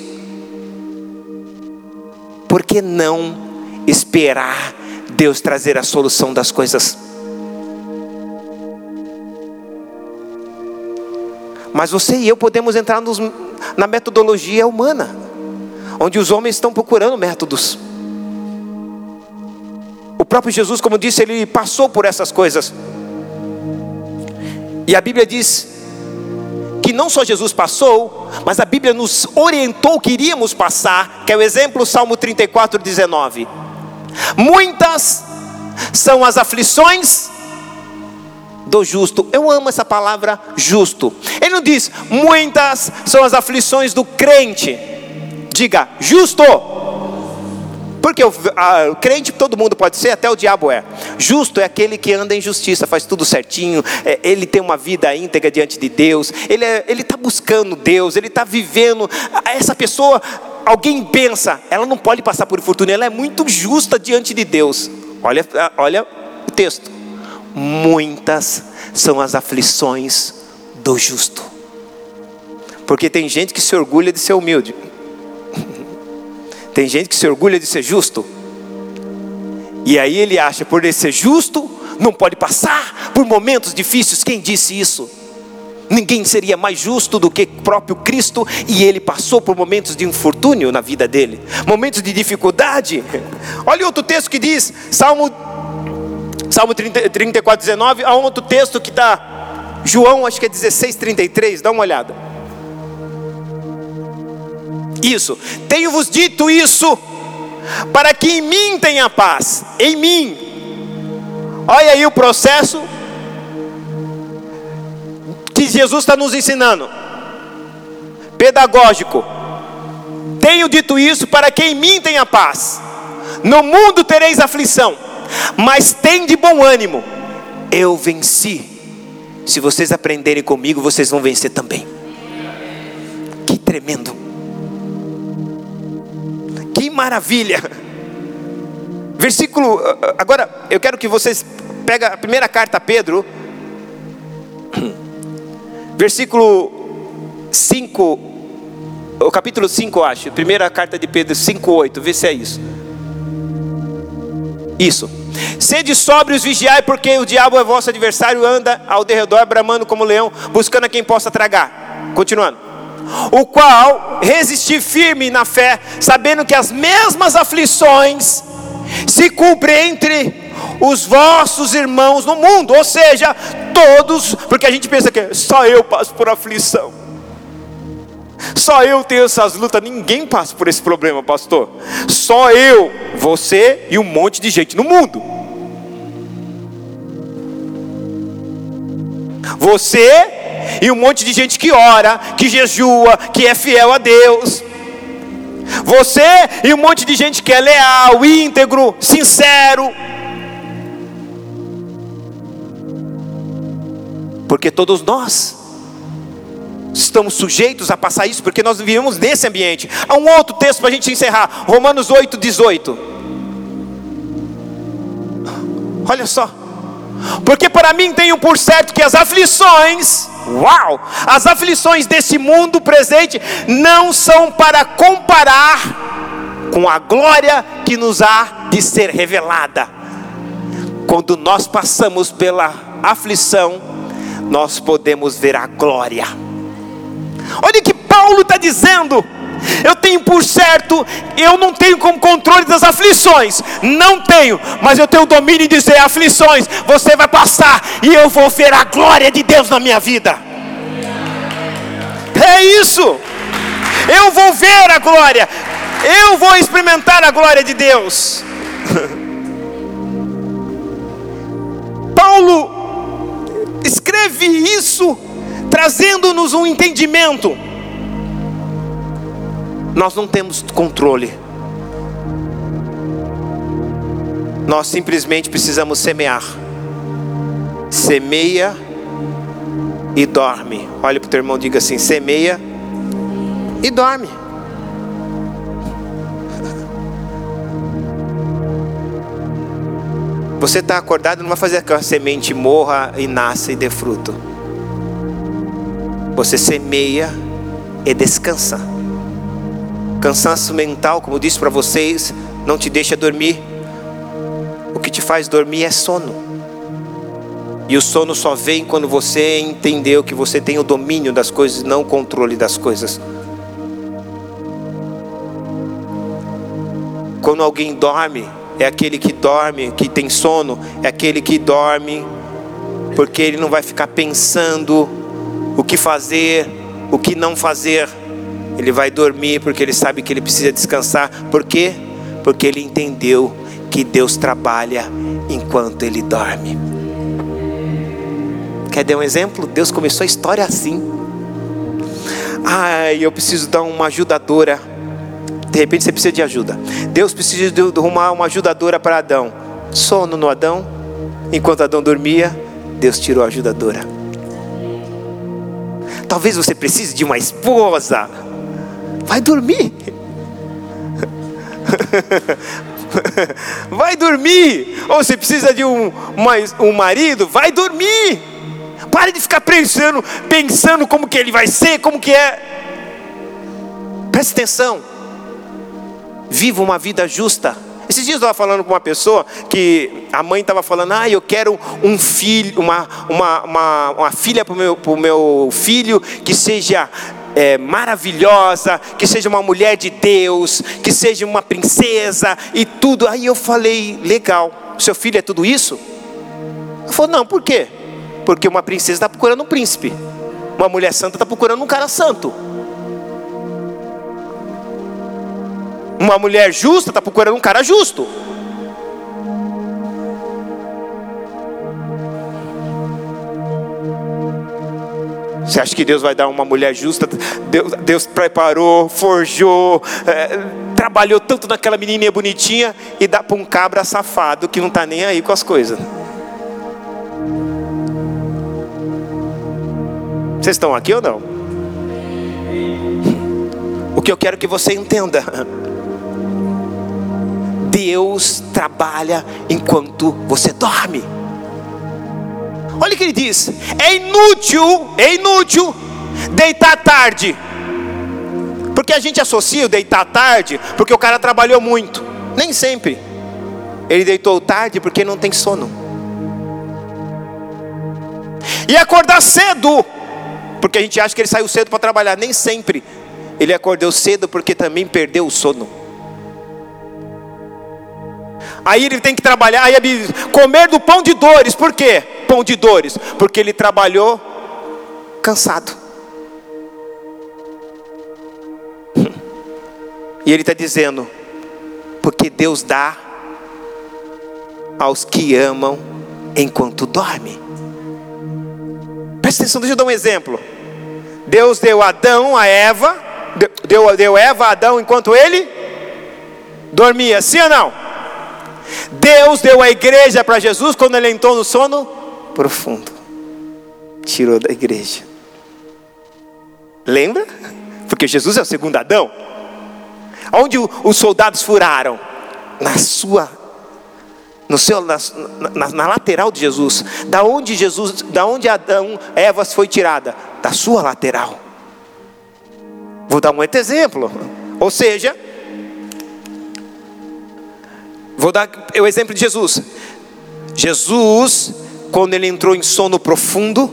por que não esperar Deus trazer a solução das coisas? Mas você e eu podemos entrar na metodologia humana, onde os homens estão procurando métodos. O próprio Jesus, como disse, ele passou por essas coisas. E a Bíblia diz que não só Jesus passou, mas a Bíblia nos orientou que iríamos passar, que é o exemplo Salmo 34:19. Muitas são as aflições do justo. Eu amo essa palavra justo. Ele não diz muitas são as aflições do crente. Diga justo. Porque o crente todo mundo pode ser, até o diabo é. Justo é aquele que anda em justiça, faz tudo certinho, ele tem uma vida íntegra diante de Deus, ele está buscando Deus, ele está vivendo. Essa pessoa, alguém pensa, ela não pode passar por infortúnio, ela é muito justa diante de Deus. Olha o texto. Muitas são as aflições do justo. Porque tem gente que se orgulha de ser humilde. Tem gente que se orgulha de ser justo. E aí ele acha, por ele ser justo, não pode passar por momentos difíceis. Quem disse isso? Ninguém seria mais justo do que o próprio Cristo. E ele passou por momentos de infortúnio na vida dele, momentos de dificuldade. Olha outro texto que diz, Salmo 34:19. Há um outro texto que está, João, acho que é 16:33, dá uma olhada. Isso, tenho-vos dito isso, para que em mim tenha paz. Em mim. Olha aí o processo que Jesus está nos ensinando, pedagógico. Tenho dito isso para que em mim tenha paz. No mundo tereis aflição, mas tem de bom ânimo, eu venci. Se vocês aprenderem comigo, vocês vão vencer também. Que tremendo. Que maravilha. Versículo, agora eu quero que vocês peguem a primeira carta a Pedro, versículo 5, o capítulo 5 eu acho, primeira carta de Pedro 5:8, vê se é isso. Isso. Sede sóbrios, vigiai, porque o diabo é vosso adversário, anda ao derredor bramando como leão, buscando a quem possa tragar. Continuando. O qual resistir firme na fé, sabendo que as mesmas aflições se cumprem entre os vossos irmãos no mundo. Ou seja, todos, porque a gente pensa que só eu passo por aflição, só eu tenho essas lutas. Ninguém passa por esse problema, pastor. Só eu, você e um monte de gente no mundo. Você e um monte de gente que ora, que jejua, que é fiel a Deus. Você e um monte de gente que é leal, íntegro, sincero. Porque todos nós estamos sujeitos a passar isso, porque nós vivemos nesse ambiente. Há um outro texto para a gente encerrar, Romanos 8:18. Olha só. Porque para mim tenho por certo que as aflições, as aflições desse mundo presente não são para comparar com a glória que nos há de ser revelada. Quando nós passamos pela aflição, nós podemos ver a glória. Olha o que Paulo está dizendo. Eu tenho por certo, eu não tenho como controle das aflições, não tenho, mas eu tenho o domínio de dizer: aflições, você vai passar e eu vou ver a glória de Deus na minha vida. É isso, eu vou ver a glória, eu vou experimentar a glória de Deus. Paulo escreve isso, trazendo-nos um entendimento. Nós não temos controle Nós simplesmente precisamos semear. Semeia e dorme. Olha para o teu irmão e diga assim: semeia e dorme. Você está acordado, não vai fazer que a semente morra e nasça e dê fruto. Você semeia e descansa. Cansaço mental, como eu disse para vocês, não te deixa dormir. O que te faz dormir é sono. E o sono só vem quando você entendeu que você tem o domínio das coisas e não o controle das coisas. Quando alguém dorme, é aquele que dorme, que tem sono, é aquele que dorme porque ele não vai ficar pensando o que fazer, o que não fazer. Ele vai dormir porque ele sabe que ele precisa descansar. Por quê? Porque ele entendeu que Deus trabalha enquanto ele dorme. Quer dar um exemplo? Deus começou a história assim. Eu preciso dar uma ajudadora. De repente você precisa de ajuda. Deus precisa de arrumar uma ajudadora para Adão. Sono no Adão. Enquanto Adão dormia, Deus tirou a ajudadora. Talvez você precise de uma esposa. Vai dormir. Vai dormir. Ou você precisa de um marido. Vai dormir. Pare de ficar pensando como que ele vai ser, como que é. Preste atenção. Viva uma vida justa. Esses dias eu estava falando com uma pessoa que a mãe estava falando: eu quero um filho, uma filha para o meu filho que seja maravilhosa, que seja uma mulher de Deus, que seja uma princesa e tudo. Aí eu falei: legal, seu filho é tudo isso? Ela falou: não, por quê? Porque uma princesa está procurando um príncipe, uma mulher santa está procurando um cara santo, uma mulher justa está procurando um cara justo. Você acha que Deus vai dar uma mulher justa? Deus preparou, forjou, trabalhou tanto naquela menininha bonitinha e dá para um cabra safado que não está nem aí com as coisas. Vocês estão aqui ou não? O que eu quero que você entenda: Deus trabalha enquanto você dorme. Olha o que ele diz: é inútil deitar tarde. Porque a gente associa o deitar tarde porque o cara trabalhou muito. Nem sempre. Ele deitou tarde porque não tem sono. E acordar cedo porque a gente acha que ele saiu cedo para trabalhar. Nem sempre. Ele acordou cedo porque também perdeu o sono. Aí ele tem que trabalhar. Aí comer do pão de dores. Por quê? Pão de dores. Porque ele trabalhou cansado. E ele está dizendo: porque Deus dá aos que amam enquanto dorme. Presta atenção, deixa eu dar um exemplo. Deus deu Adão a Eva. Deu Eva a Adão enquanto ele dormia, sim ou não? Deus deu a igreja para Jesus quando ele entrou no sono profundo. Tirou da igreja. Lembra? Porque Jesus é o segundo Adão. Onde os soldados furaram? Na lateral de Jesus. Da onde Eva foi tirada? Da sua lateral. Vou dar um outro exemplo. Ou seja, vou dar o exemplo de Jesus. Jesus, quando ele entrou em sono profundo,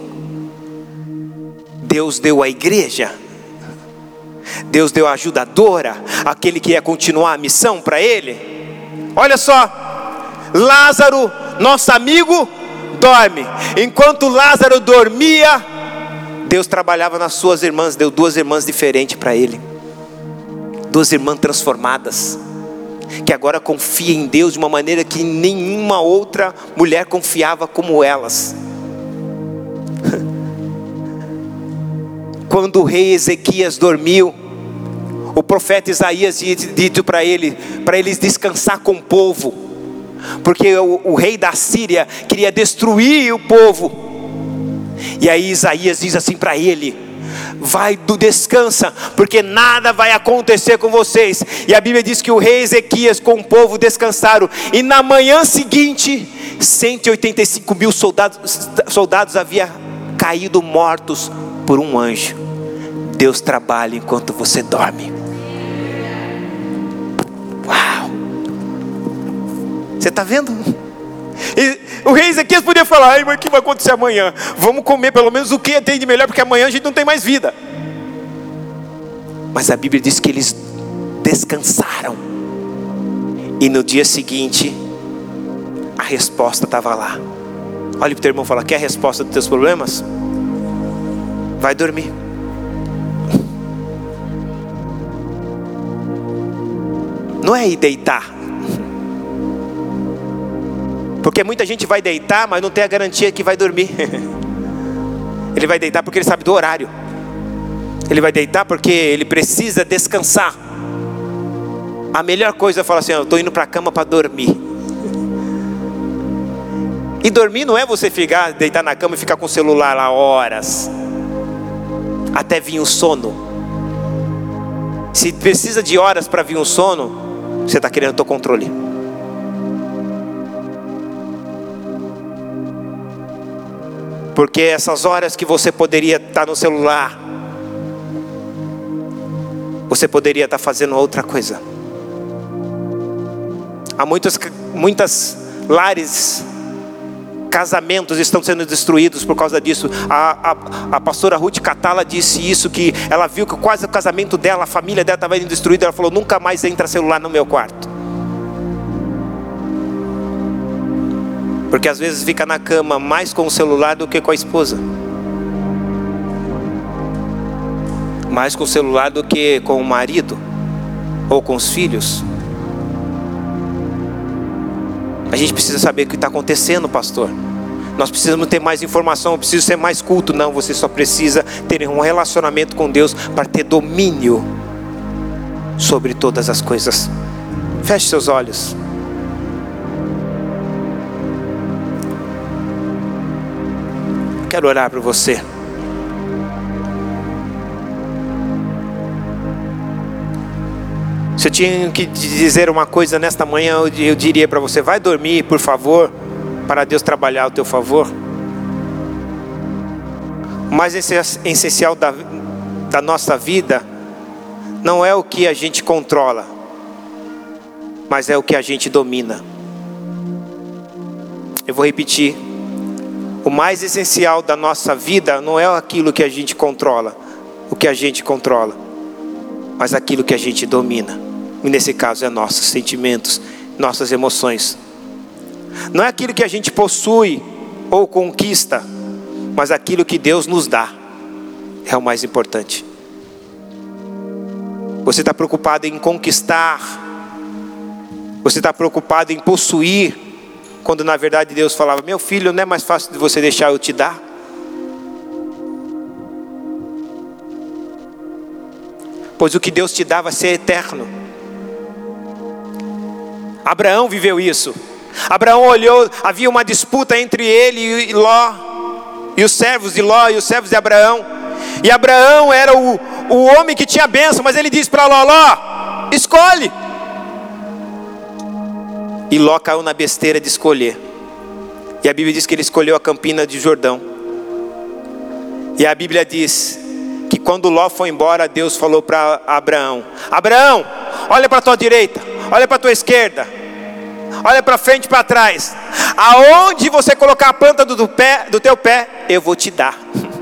Deus deu a igreja. Deus deu a ajudadora, aquele que ia continuar a missão para ele. Olha só, Lázaro, nosso amigo, dorme. Enquanto Lázaro dormia, Deus trabalhava nas suas irmãs. Deu 2 irmãs diferentes para ele. 2 irmãs transformadas, que agora confiam em Deus de uma maneira que nenhuma outra mulher confiava como elas. Quando o rei Ezequias dormiu, o profeta Isaías disse para eles descansar com o povo. porque o rei da Síria queria destruir o povo. E aí Isaías diz assim para ele: descansa, porque nada vai acontecer com vocês. E a Bíblia diz que o rei Ezequias com o povo descansaram, e na manhã seguinte 185 mil soldados haviam caído mortos por um anjo. Deus trabalha enquanto você dorme. Uau! Você está vendo? E o rei Ezequias podia falar: ai, mas o que vai acontecer amanhã? Vamos comer pelo menos o que tem de melhor, porque amanhã a gente não tem mais vida. Mas a Bíblia diz que eles descansaram, e no dia seguinte a resposta estava lá. Olha para o teu irmão e fala: quer a resposta dos teus problemas? Vai dormir. Não é ir deitar, porque muita gente vai deitar, mas não tem a garantia que vai dormir. Ele vai deitar porque ele sabe do horário. Ele vai deitar porque ele precisa descansar. A melhor coisa é falar assim: eu estou indo para a cama para dormir. E dormir não é você deitar na cama e ficar com o celular lá horas, até vir o sono. Se precisa de horas para vir um sono, você está querendo o teu controle. Porque essas horas que você poderia estar no celular, você poderia estar fazendo outra coisa. Há muitas lares, casamentos estão sendo destruídos por causa disso. A pastora Ruth Catala disse isso, que ela viu que quase o casamento dela, a família dela estava indo destruída. Ela falou: nunca mais entra celular no meu quarto. Porque às vezes fica na cama mais com o celular do que com a esposa, mais com o celular do que com o marido ou com os filhos. A gente precisa saber o que está acontecendo, pastor. Nós precisamos ter mais informação, eu preciso ser mais culto. Não, você só precisa ter um relacionamento com Deus para ter domínio sobre todas as coisas. Feche seus olhos. Quero orar por você. Se eu tinha que dizer uma coisa nesta manhã, eu diria para você: vai dormir, por favor, para Deus trabalhar ao teu favor. O mais essencial da nossa vida não é o que a gente controla, mas é o que a gente domina. Eu vou repetir: o mais essencial da nossa vida não é aquilo que a gente controla, mas aquilo que a gente domina. E nesse caso é nossos sentimentos, nossas emoções. Não é aquilo que a gente possui ou conquista, mas aquilo que Deus nos dá é o mais importante. Você está preocupado em conquistar, você está preocupado em possuir, quando na verdade Deus falava: meu filho, não é mais fácil de você deixar eu te dar? Pois o que Deus te dá vai ser eterno. Abraão viveu isso. Abraão olhou, havia uma disputa entre ele e Ló, e os servos de Ló e os servos de Abraão. E Abraão era o homem que tinha bênção, mas ele disse para Ló: Ló, escolhe. E Ló caiu na besteira de escolher. E a Bíblia diz que ele escolheu a campina de Jordão. E a Bíblia diz que quando Ló foi embora, Deus falou para Abraão: Abraão, olha para a tua direita, olha para a tua esquerda, olha para frente e para trás. Aonde você colocar a planta do teu pé, eu vou te dar.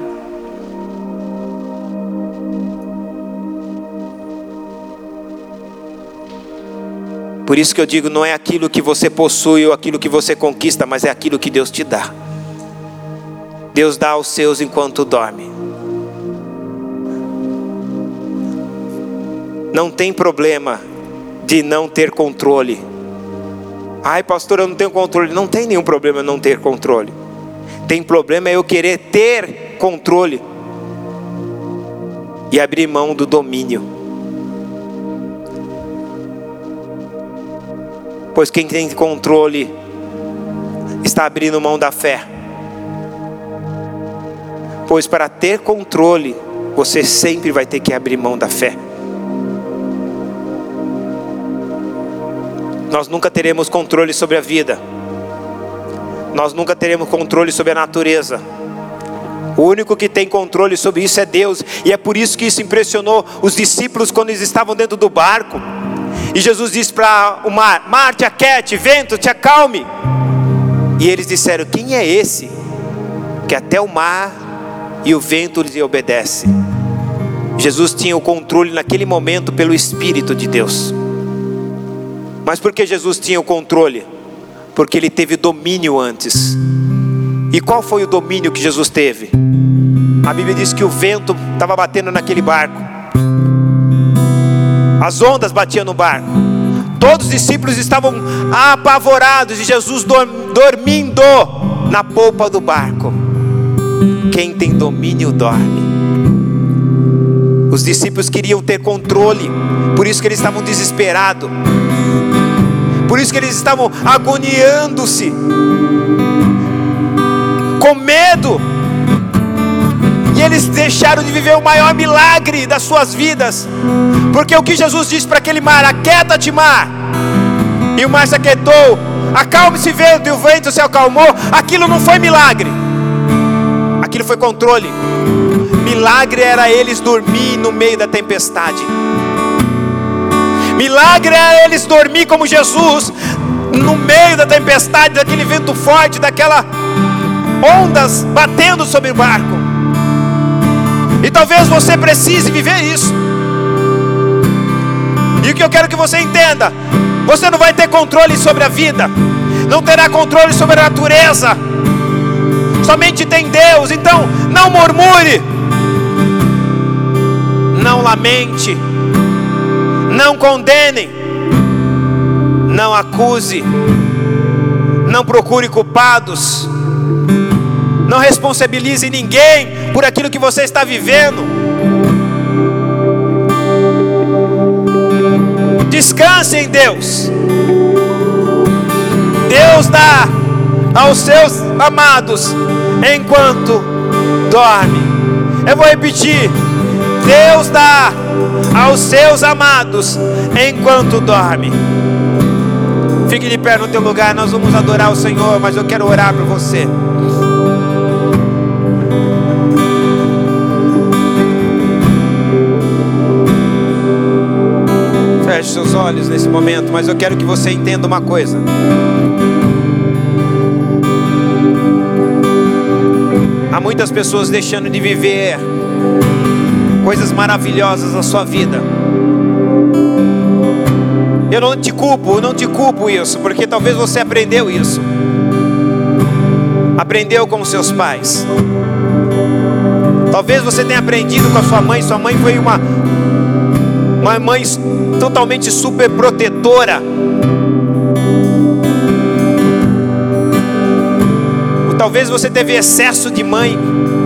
Por isso que eu digo, não é aquilo que você possui ou aquilo que você conquista, mas é aquilo que Deus te dá. Deus dá aos seus enquanto dorme. Não tem problema de não ter controle. Ai, pastor, eu não tenho controle. Não tem nenhum problema não ter controle. Tem problema eu querer ter controle e abrir mão do domínio. pois quem tem controle está abrindo mão da fé. Pois para ter controle, você sempre vai ter que abrir mão da fé. Nós nunca teremos controle sobre a vida. Nós nunca teremos controle sobre a natureza. O único que tem controle sobre isso é Deus. E é por isso que isso impressionou os discípulos quando eles estavam dentro do barco. E Jesus disse para o mar: mar, te aquiete, vento, te acalme. E eles disseram: quem é esse que até o mar e o vento lhe obedece? Jesus tinha o controle naquele momento pelo Espírito de Deus. Mas por que Jesus tinha o controle? Porque ele teve domínio antes. E qual foi o domínio que Jesus teve? A Bíblia diz que o vento estava batendo naquele barco, as ondas batiam no barco, todos os discípulos estavam apavorados, e Jesus dormindo na polpa do barco. Quem tem domínio dorme. Os discípulos queriam ter controle, por isso que eles estavam desesperados, por isso que eles estavam agoniando-se, com medo. E eles deixaram de viver o maior milagre das suas vidas. Porque o que Jesus disse para aquele mar: aquieta-te, mar. E o mar se aquietou. Acalme-se, vento, e o vento se acalmou. Aquilo não foi milagre, aquilo foi controle. Milagre era eles dormir no meio da tempestade. Milagre era eles dormir como Jesus, no meio da tempestade, daquele vento forte, daquela ondas batendo sobre o barco. E talvez você precise viver isso. E o que eu quero que você entenda: você não vai ter controle sobre a vida, não terá controle sobre a natureza, somente tem Deus. Então não murmure, não lamente, não condene, não acuse, não procure culpados, não responsabilize ninguém por aquilo que você está vivendo. Descanse em Deus. Deus dá aos seus amados enquanto dorme. Eu vou repetir: Deus dá aos seus amados enquanto dorme. Fique de pé no teu lugar, nós vamos adorar o Senhor, mas eu quero orar por você. Feche seus olhos nesse momento, mas eu quero que você entenda uma coisa. Há muitas pessoas deixando de viver coisas maravilhosas na sua vida. Eu não te culpo isso, porque talvez você aprendeu isso. Aprendeu com seus pais. Talvez você tenha aprendido com a sua mãe. Sua mãe foi uma mãe totalmente super protetora. Talvez você teve excesso de mãe.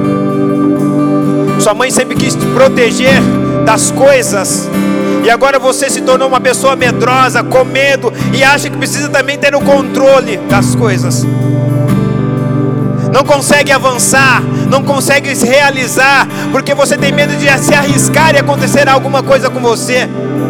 Sua mãe sempre quis te proteger das coisas, e agora você se tornou uma pessoa medrosa, com medo, e acha que precisa também ter o controle das coisas. Não consegue avançar, não consegue se realizar, porque você tem medo de se arriscar e acontecer alguma coisa com você.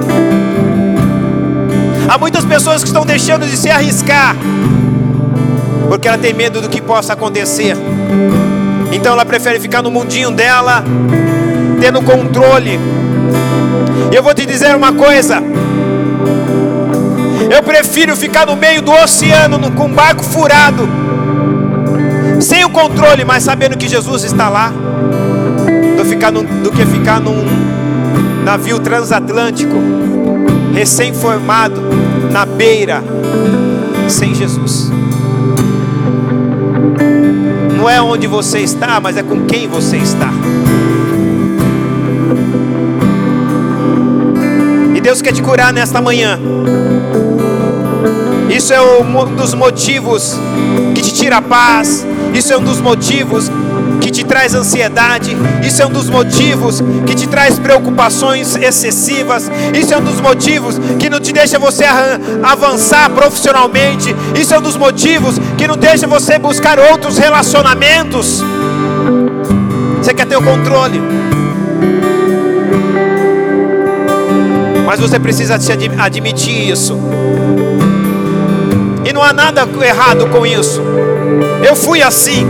Há muitas pessoas que estão deixando de se arriscar, porque ela tem medo do que possa acontecer. Então ela prefere ficar no mundinho dela, tendo controle. E eu vou te dizer uma coisa: eu prefiro ficar no meio do oceano com um barco furado, sem o controle, mas sabendo que Jesus está lá, do que ficar num navio transatlântico, recém-formado, na beira, sem Jesus. Não é onde você está, mas é com quem você está. E Deus quer te curar nesta manhã. Isso é um dos motivos que te tira a paz. Isso é um dos motivos que que te traz ansiedade, isso é um dos motivos que te traz preocupações excessivas, isso é um dos motivos que não te deixa você avançar profissionalmente, isso é um dos motivos que não deixa você buscar outros relacionamentos. Você quer ter o controle, mas você precisa admitir isso. E não há nada errado com isso. Eu fui assim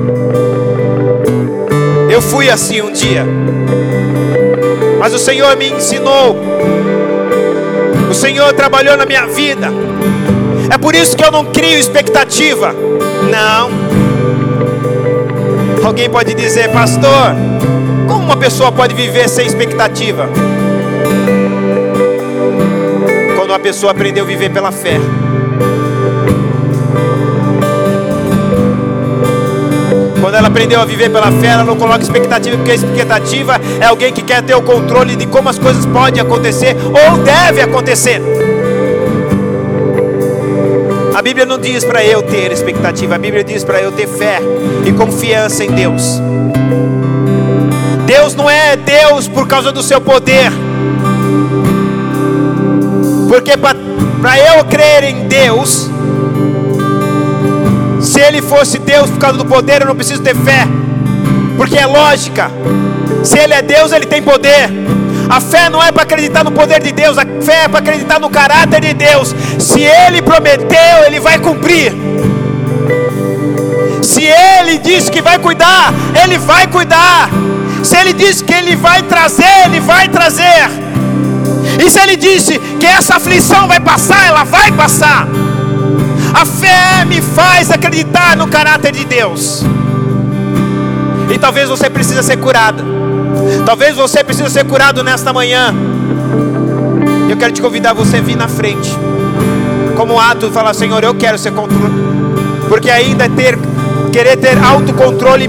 um dia, mas o Senhor me ensinou, o Senhor trabalhou na minha vida. É por isso que eu não crio expectativa. Não. Alguém pode dizer: pastor, como uma pessoa pode viver sem expectativa? Quando uma pessoa aprendeu a viver pela fé. Quando ela aprendeu a viver pela fé, ela não coloca expectativa, porque a expectativa é alguém que quer ter o controle de como as coisas podem acontecer ou devem acontecer. A Bíblia não diz para eu ter expectativa, a Bíblia diz para eu ter fé e confiança em Deus. Deus não é Deus por causa do seu poder, porque para eu crer em Deus, se Ele fosse Deus por causa do poder, eu não preciso ter fé, porque é lógica. Se Ele é Deus, Ele tem poder. A fé não é para acreditar no poder de Deus, a fé é para acreditar no caráter de Deus. Se Ele prometeu, Ele vai cumprir. Se Ele disse que vai cuidar, Ele vai cuidar. Se Ele disse que Ele vai trazer, Ele vai trazer. E se Ele disse que essa aflição vai passar, ela vai passar. A fé me faz acreditar no caráter de Deus. E talvez você precise ser curada. Talvez você precise ser curado nesta manhã. Eu quero te convidar a você vir na frente, como um ato de falar: Senhor, eu quero ser controle. Porque ainda querer ter autocontrole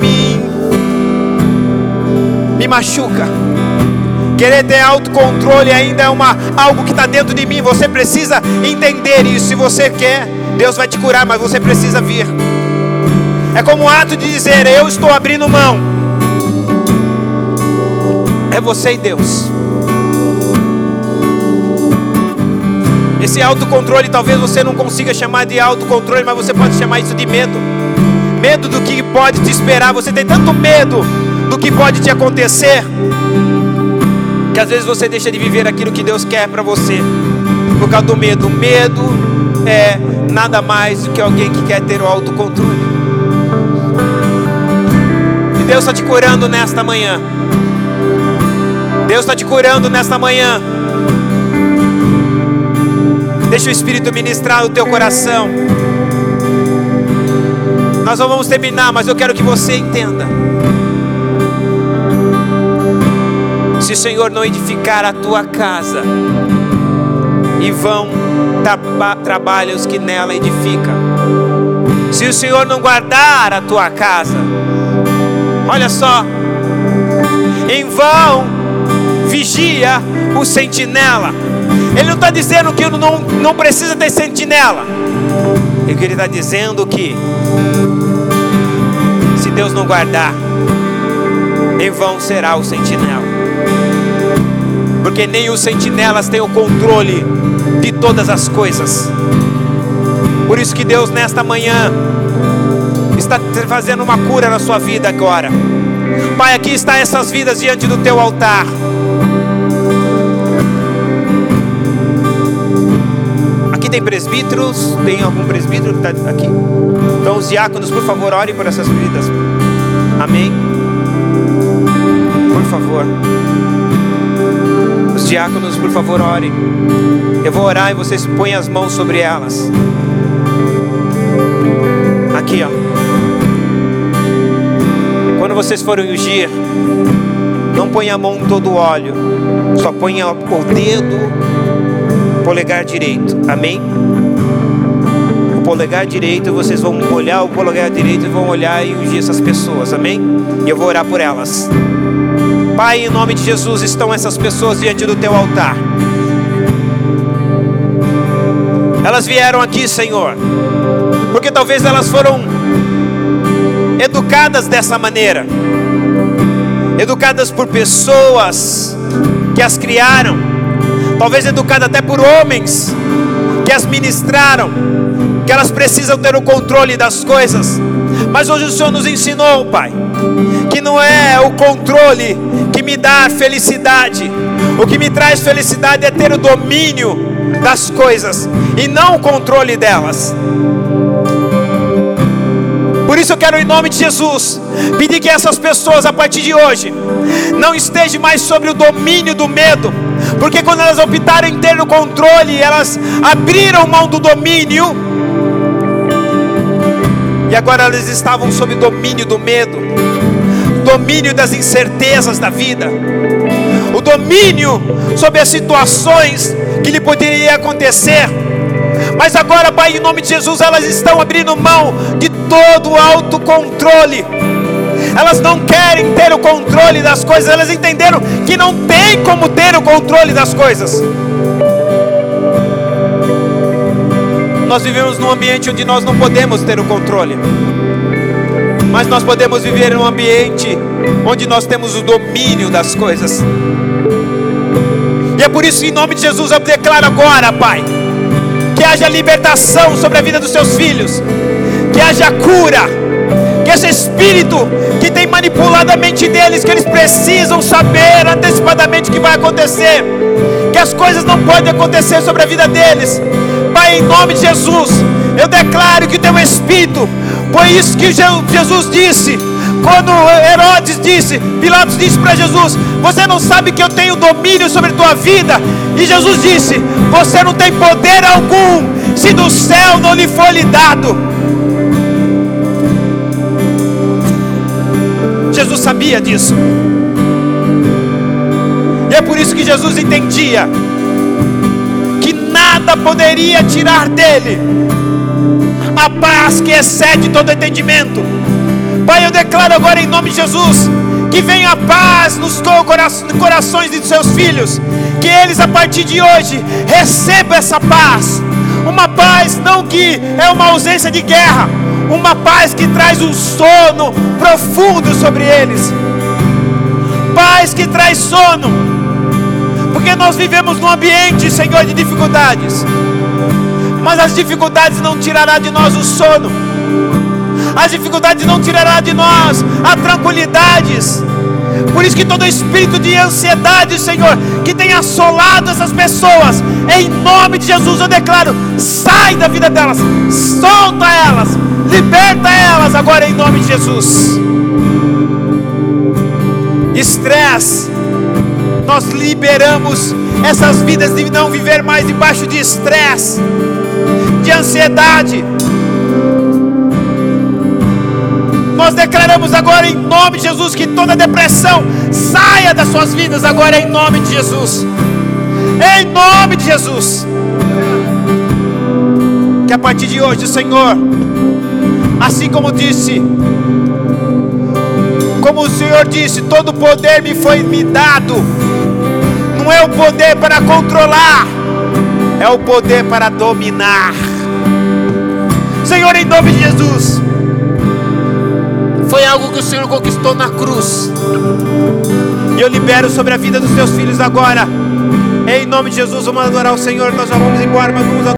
me machuca. Querer ter autocontrole ainda é algo que está dentro de mim. Você precisa entender isso. Se você quer, Deus vai te curar, mas você precisa vir. É como um ato de dizer: eu estou abrindo mão. É você e Deus. Esse autocontrole talvez você não consiga chamar de autocontrole, mas você pode chamar isso de medo. Medo do que pode te esperar. Você tem tanto medo do que pode te acontecer, que às vezes você deixa de viver aquilo que Deus quer para você, por causa do medo. O medo é nada mais do que alguém que quer ter o autocontrole. E Deus está te curando nesta manhã. Deus está te curando nesta manhã. Deixa o Espírito ministrar o teu coração. Nós não vamos terminar, mas eu quero que você entenda. Se o Senhor não edificar a tua casa, em vão trabalham os que nela edificam. Se o Senhor não guardar a tua casa, olha só, em vão vigia o sentinela. Ele não está dizendo que não precisa ter sentinela. Ele está dizendo que se Deus não guardar, em vão será o sentinela. Porque nem os sentinelas têm o controle de todas as coisas. Por isso que Deus nesta manhã está fazendo uma cura na sua vida agora. Pai, aqui está essas vidas diante do teu altar. Aqui tem presbíteros. Tem algum presbítero que está aqui? Então os diáconos, por favor, orem por essas vidas. Amém? Por favor. Os diáconos, por favor, orem. Eu vou orar e vocês põem as mãos sobre elas. Aqui, ó. Quando vocês forem ungir, não põe a mão em todo o óleo. Só põe o dedo, polegar direito. Amém? O polegar direito, vocês vão molhar o polegar direito e vão olhar e ungir essas pessoas. Amém? E eu vou orar por elas. Pai, em nome de Jesus, estão essas pessoas diante do teu altar. Elas vieram aqui, Senhor, porque talvez elas foram educadas educadas dessa maneira, educadas por pessoas que as criaram, talvez educadas até por homens que as ministraram, que elas precisam ter o controle das coisas. Mas hoje o Senhor nos ensinou, Pai, que não é o controle que me dá felicidade. O que me traz felicidade é ter o domínio das coisas e não o controle delas. Por isso eu quero, em nome de Jesus, pedir que essas pessoas, a partir de hoje, não estejam mais sobre o domínio do medo, porque quando elas optaram em ter o controle, elas abriram mão do domínio, e agora elas estavam sob o domínio do medo, domínio das incertezas da vida, o domínio sobre as situações que lhe poderia acontecer. Mas agora, Pai, em nome de Jesus, elas estão abrindo mão de todo o autocontrole. Elas não querem ter o controle das coisas. Elas entenderam que não tem como ter o controle das coisas. Nós vivemos num ambiente onde nós não podemos ter o controle, mas nós podemos viver num ambiente onde nós temos o domínio das coisas. E é por isso que, em nome de Jesus, eu declaro agora, Pai, que haja libertação sobre a vida dos seus filhos, que haja cura, que esse espírito que tem manipulado a mente deles, que eles precisam saber antecipadamente o que vai acontecer, que as coisas não podem acontecer sobre a vida deles. Pai, em nome de Jesus, eu declaro que o teu espírito, foi isso que Jesus disse, quando Herodes disse, Pilatos disse para Jesus: você não sabe que eu tenho domínio sobre a tua vida? E Jesus disse: você não tem poder algum, se do céu não lhe for lhe dado. Jesus sabia disso, e é por isso que Jesus entendia que nada poderia tirar dele a paz que excede todo entendimento. Pai, eu declaro agora, em nome de Jesus, que venha a paz nos corações de seus filhos, que eles, a partir de hoje, recebam essa paz, uma paz não que é uma ausência de guerra, uma paz que traz um sono profundo sobre eles, paz que traz sono, porque nós vivemos num ambiente, Senhor, de dificuldades, mas as dificuldades não tirarão de nós o sono, as dificuldades não tirarão de nós a tranquilidades. Por isso que todo espírito de ansiedade, Senhor, que tem assolado essas pessoas, em nome de Jesus eu declaro: sai da vida delas, solta elas, liberta elas agora em nome de Jesus. Estresse, nós liberamos essas vidas de não viver mais debaixo de estresse, de ansiedade. Nós declaramos agora em nome de Jesus que toda depressão saia das suas vidas agora em nome de Jesus. Em nome de Jesus. Que a partir de hoje, Senhor, assim como disse, como o Senhor disse, todo poder me foi dado. Não é o poder para controlar, é o poder para dominar. Senhor, em nome de Jesus, foi algo que o Senhor conquistou na cruz, e eu libero sobre a vida dos teus filhos agora, em nome de Jesus. Vamos adorar o Senhor, nós já vamos embora, mas vamos adorar.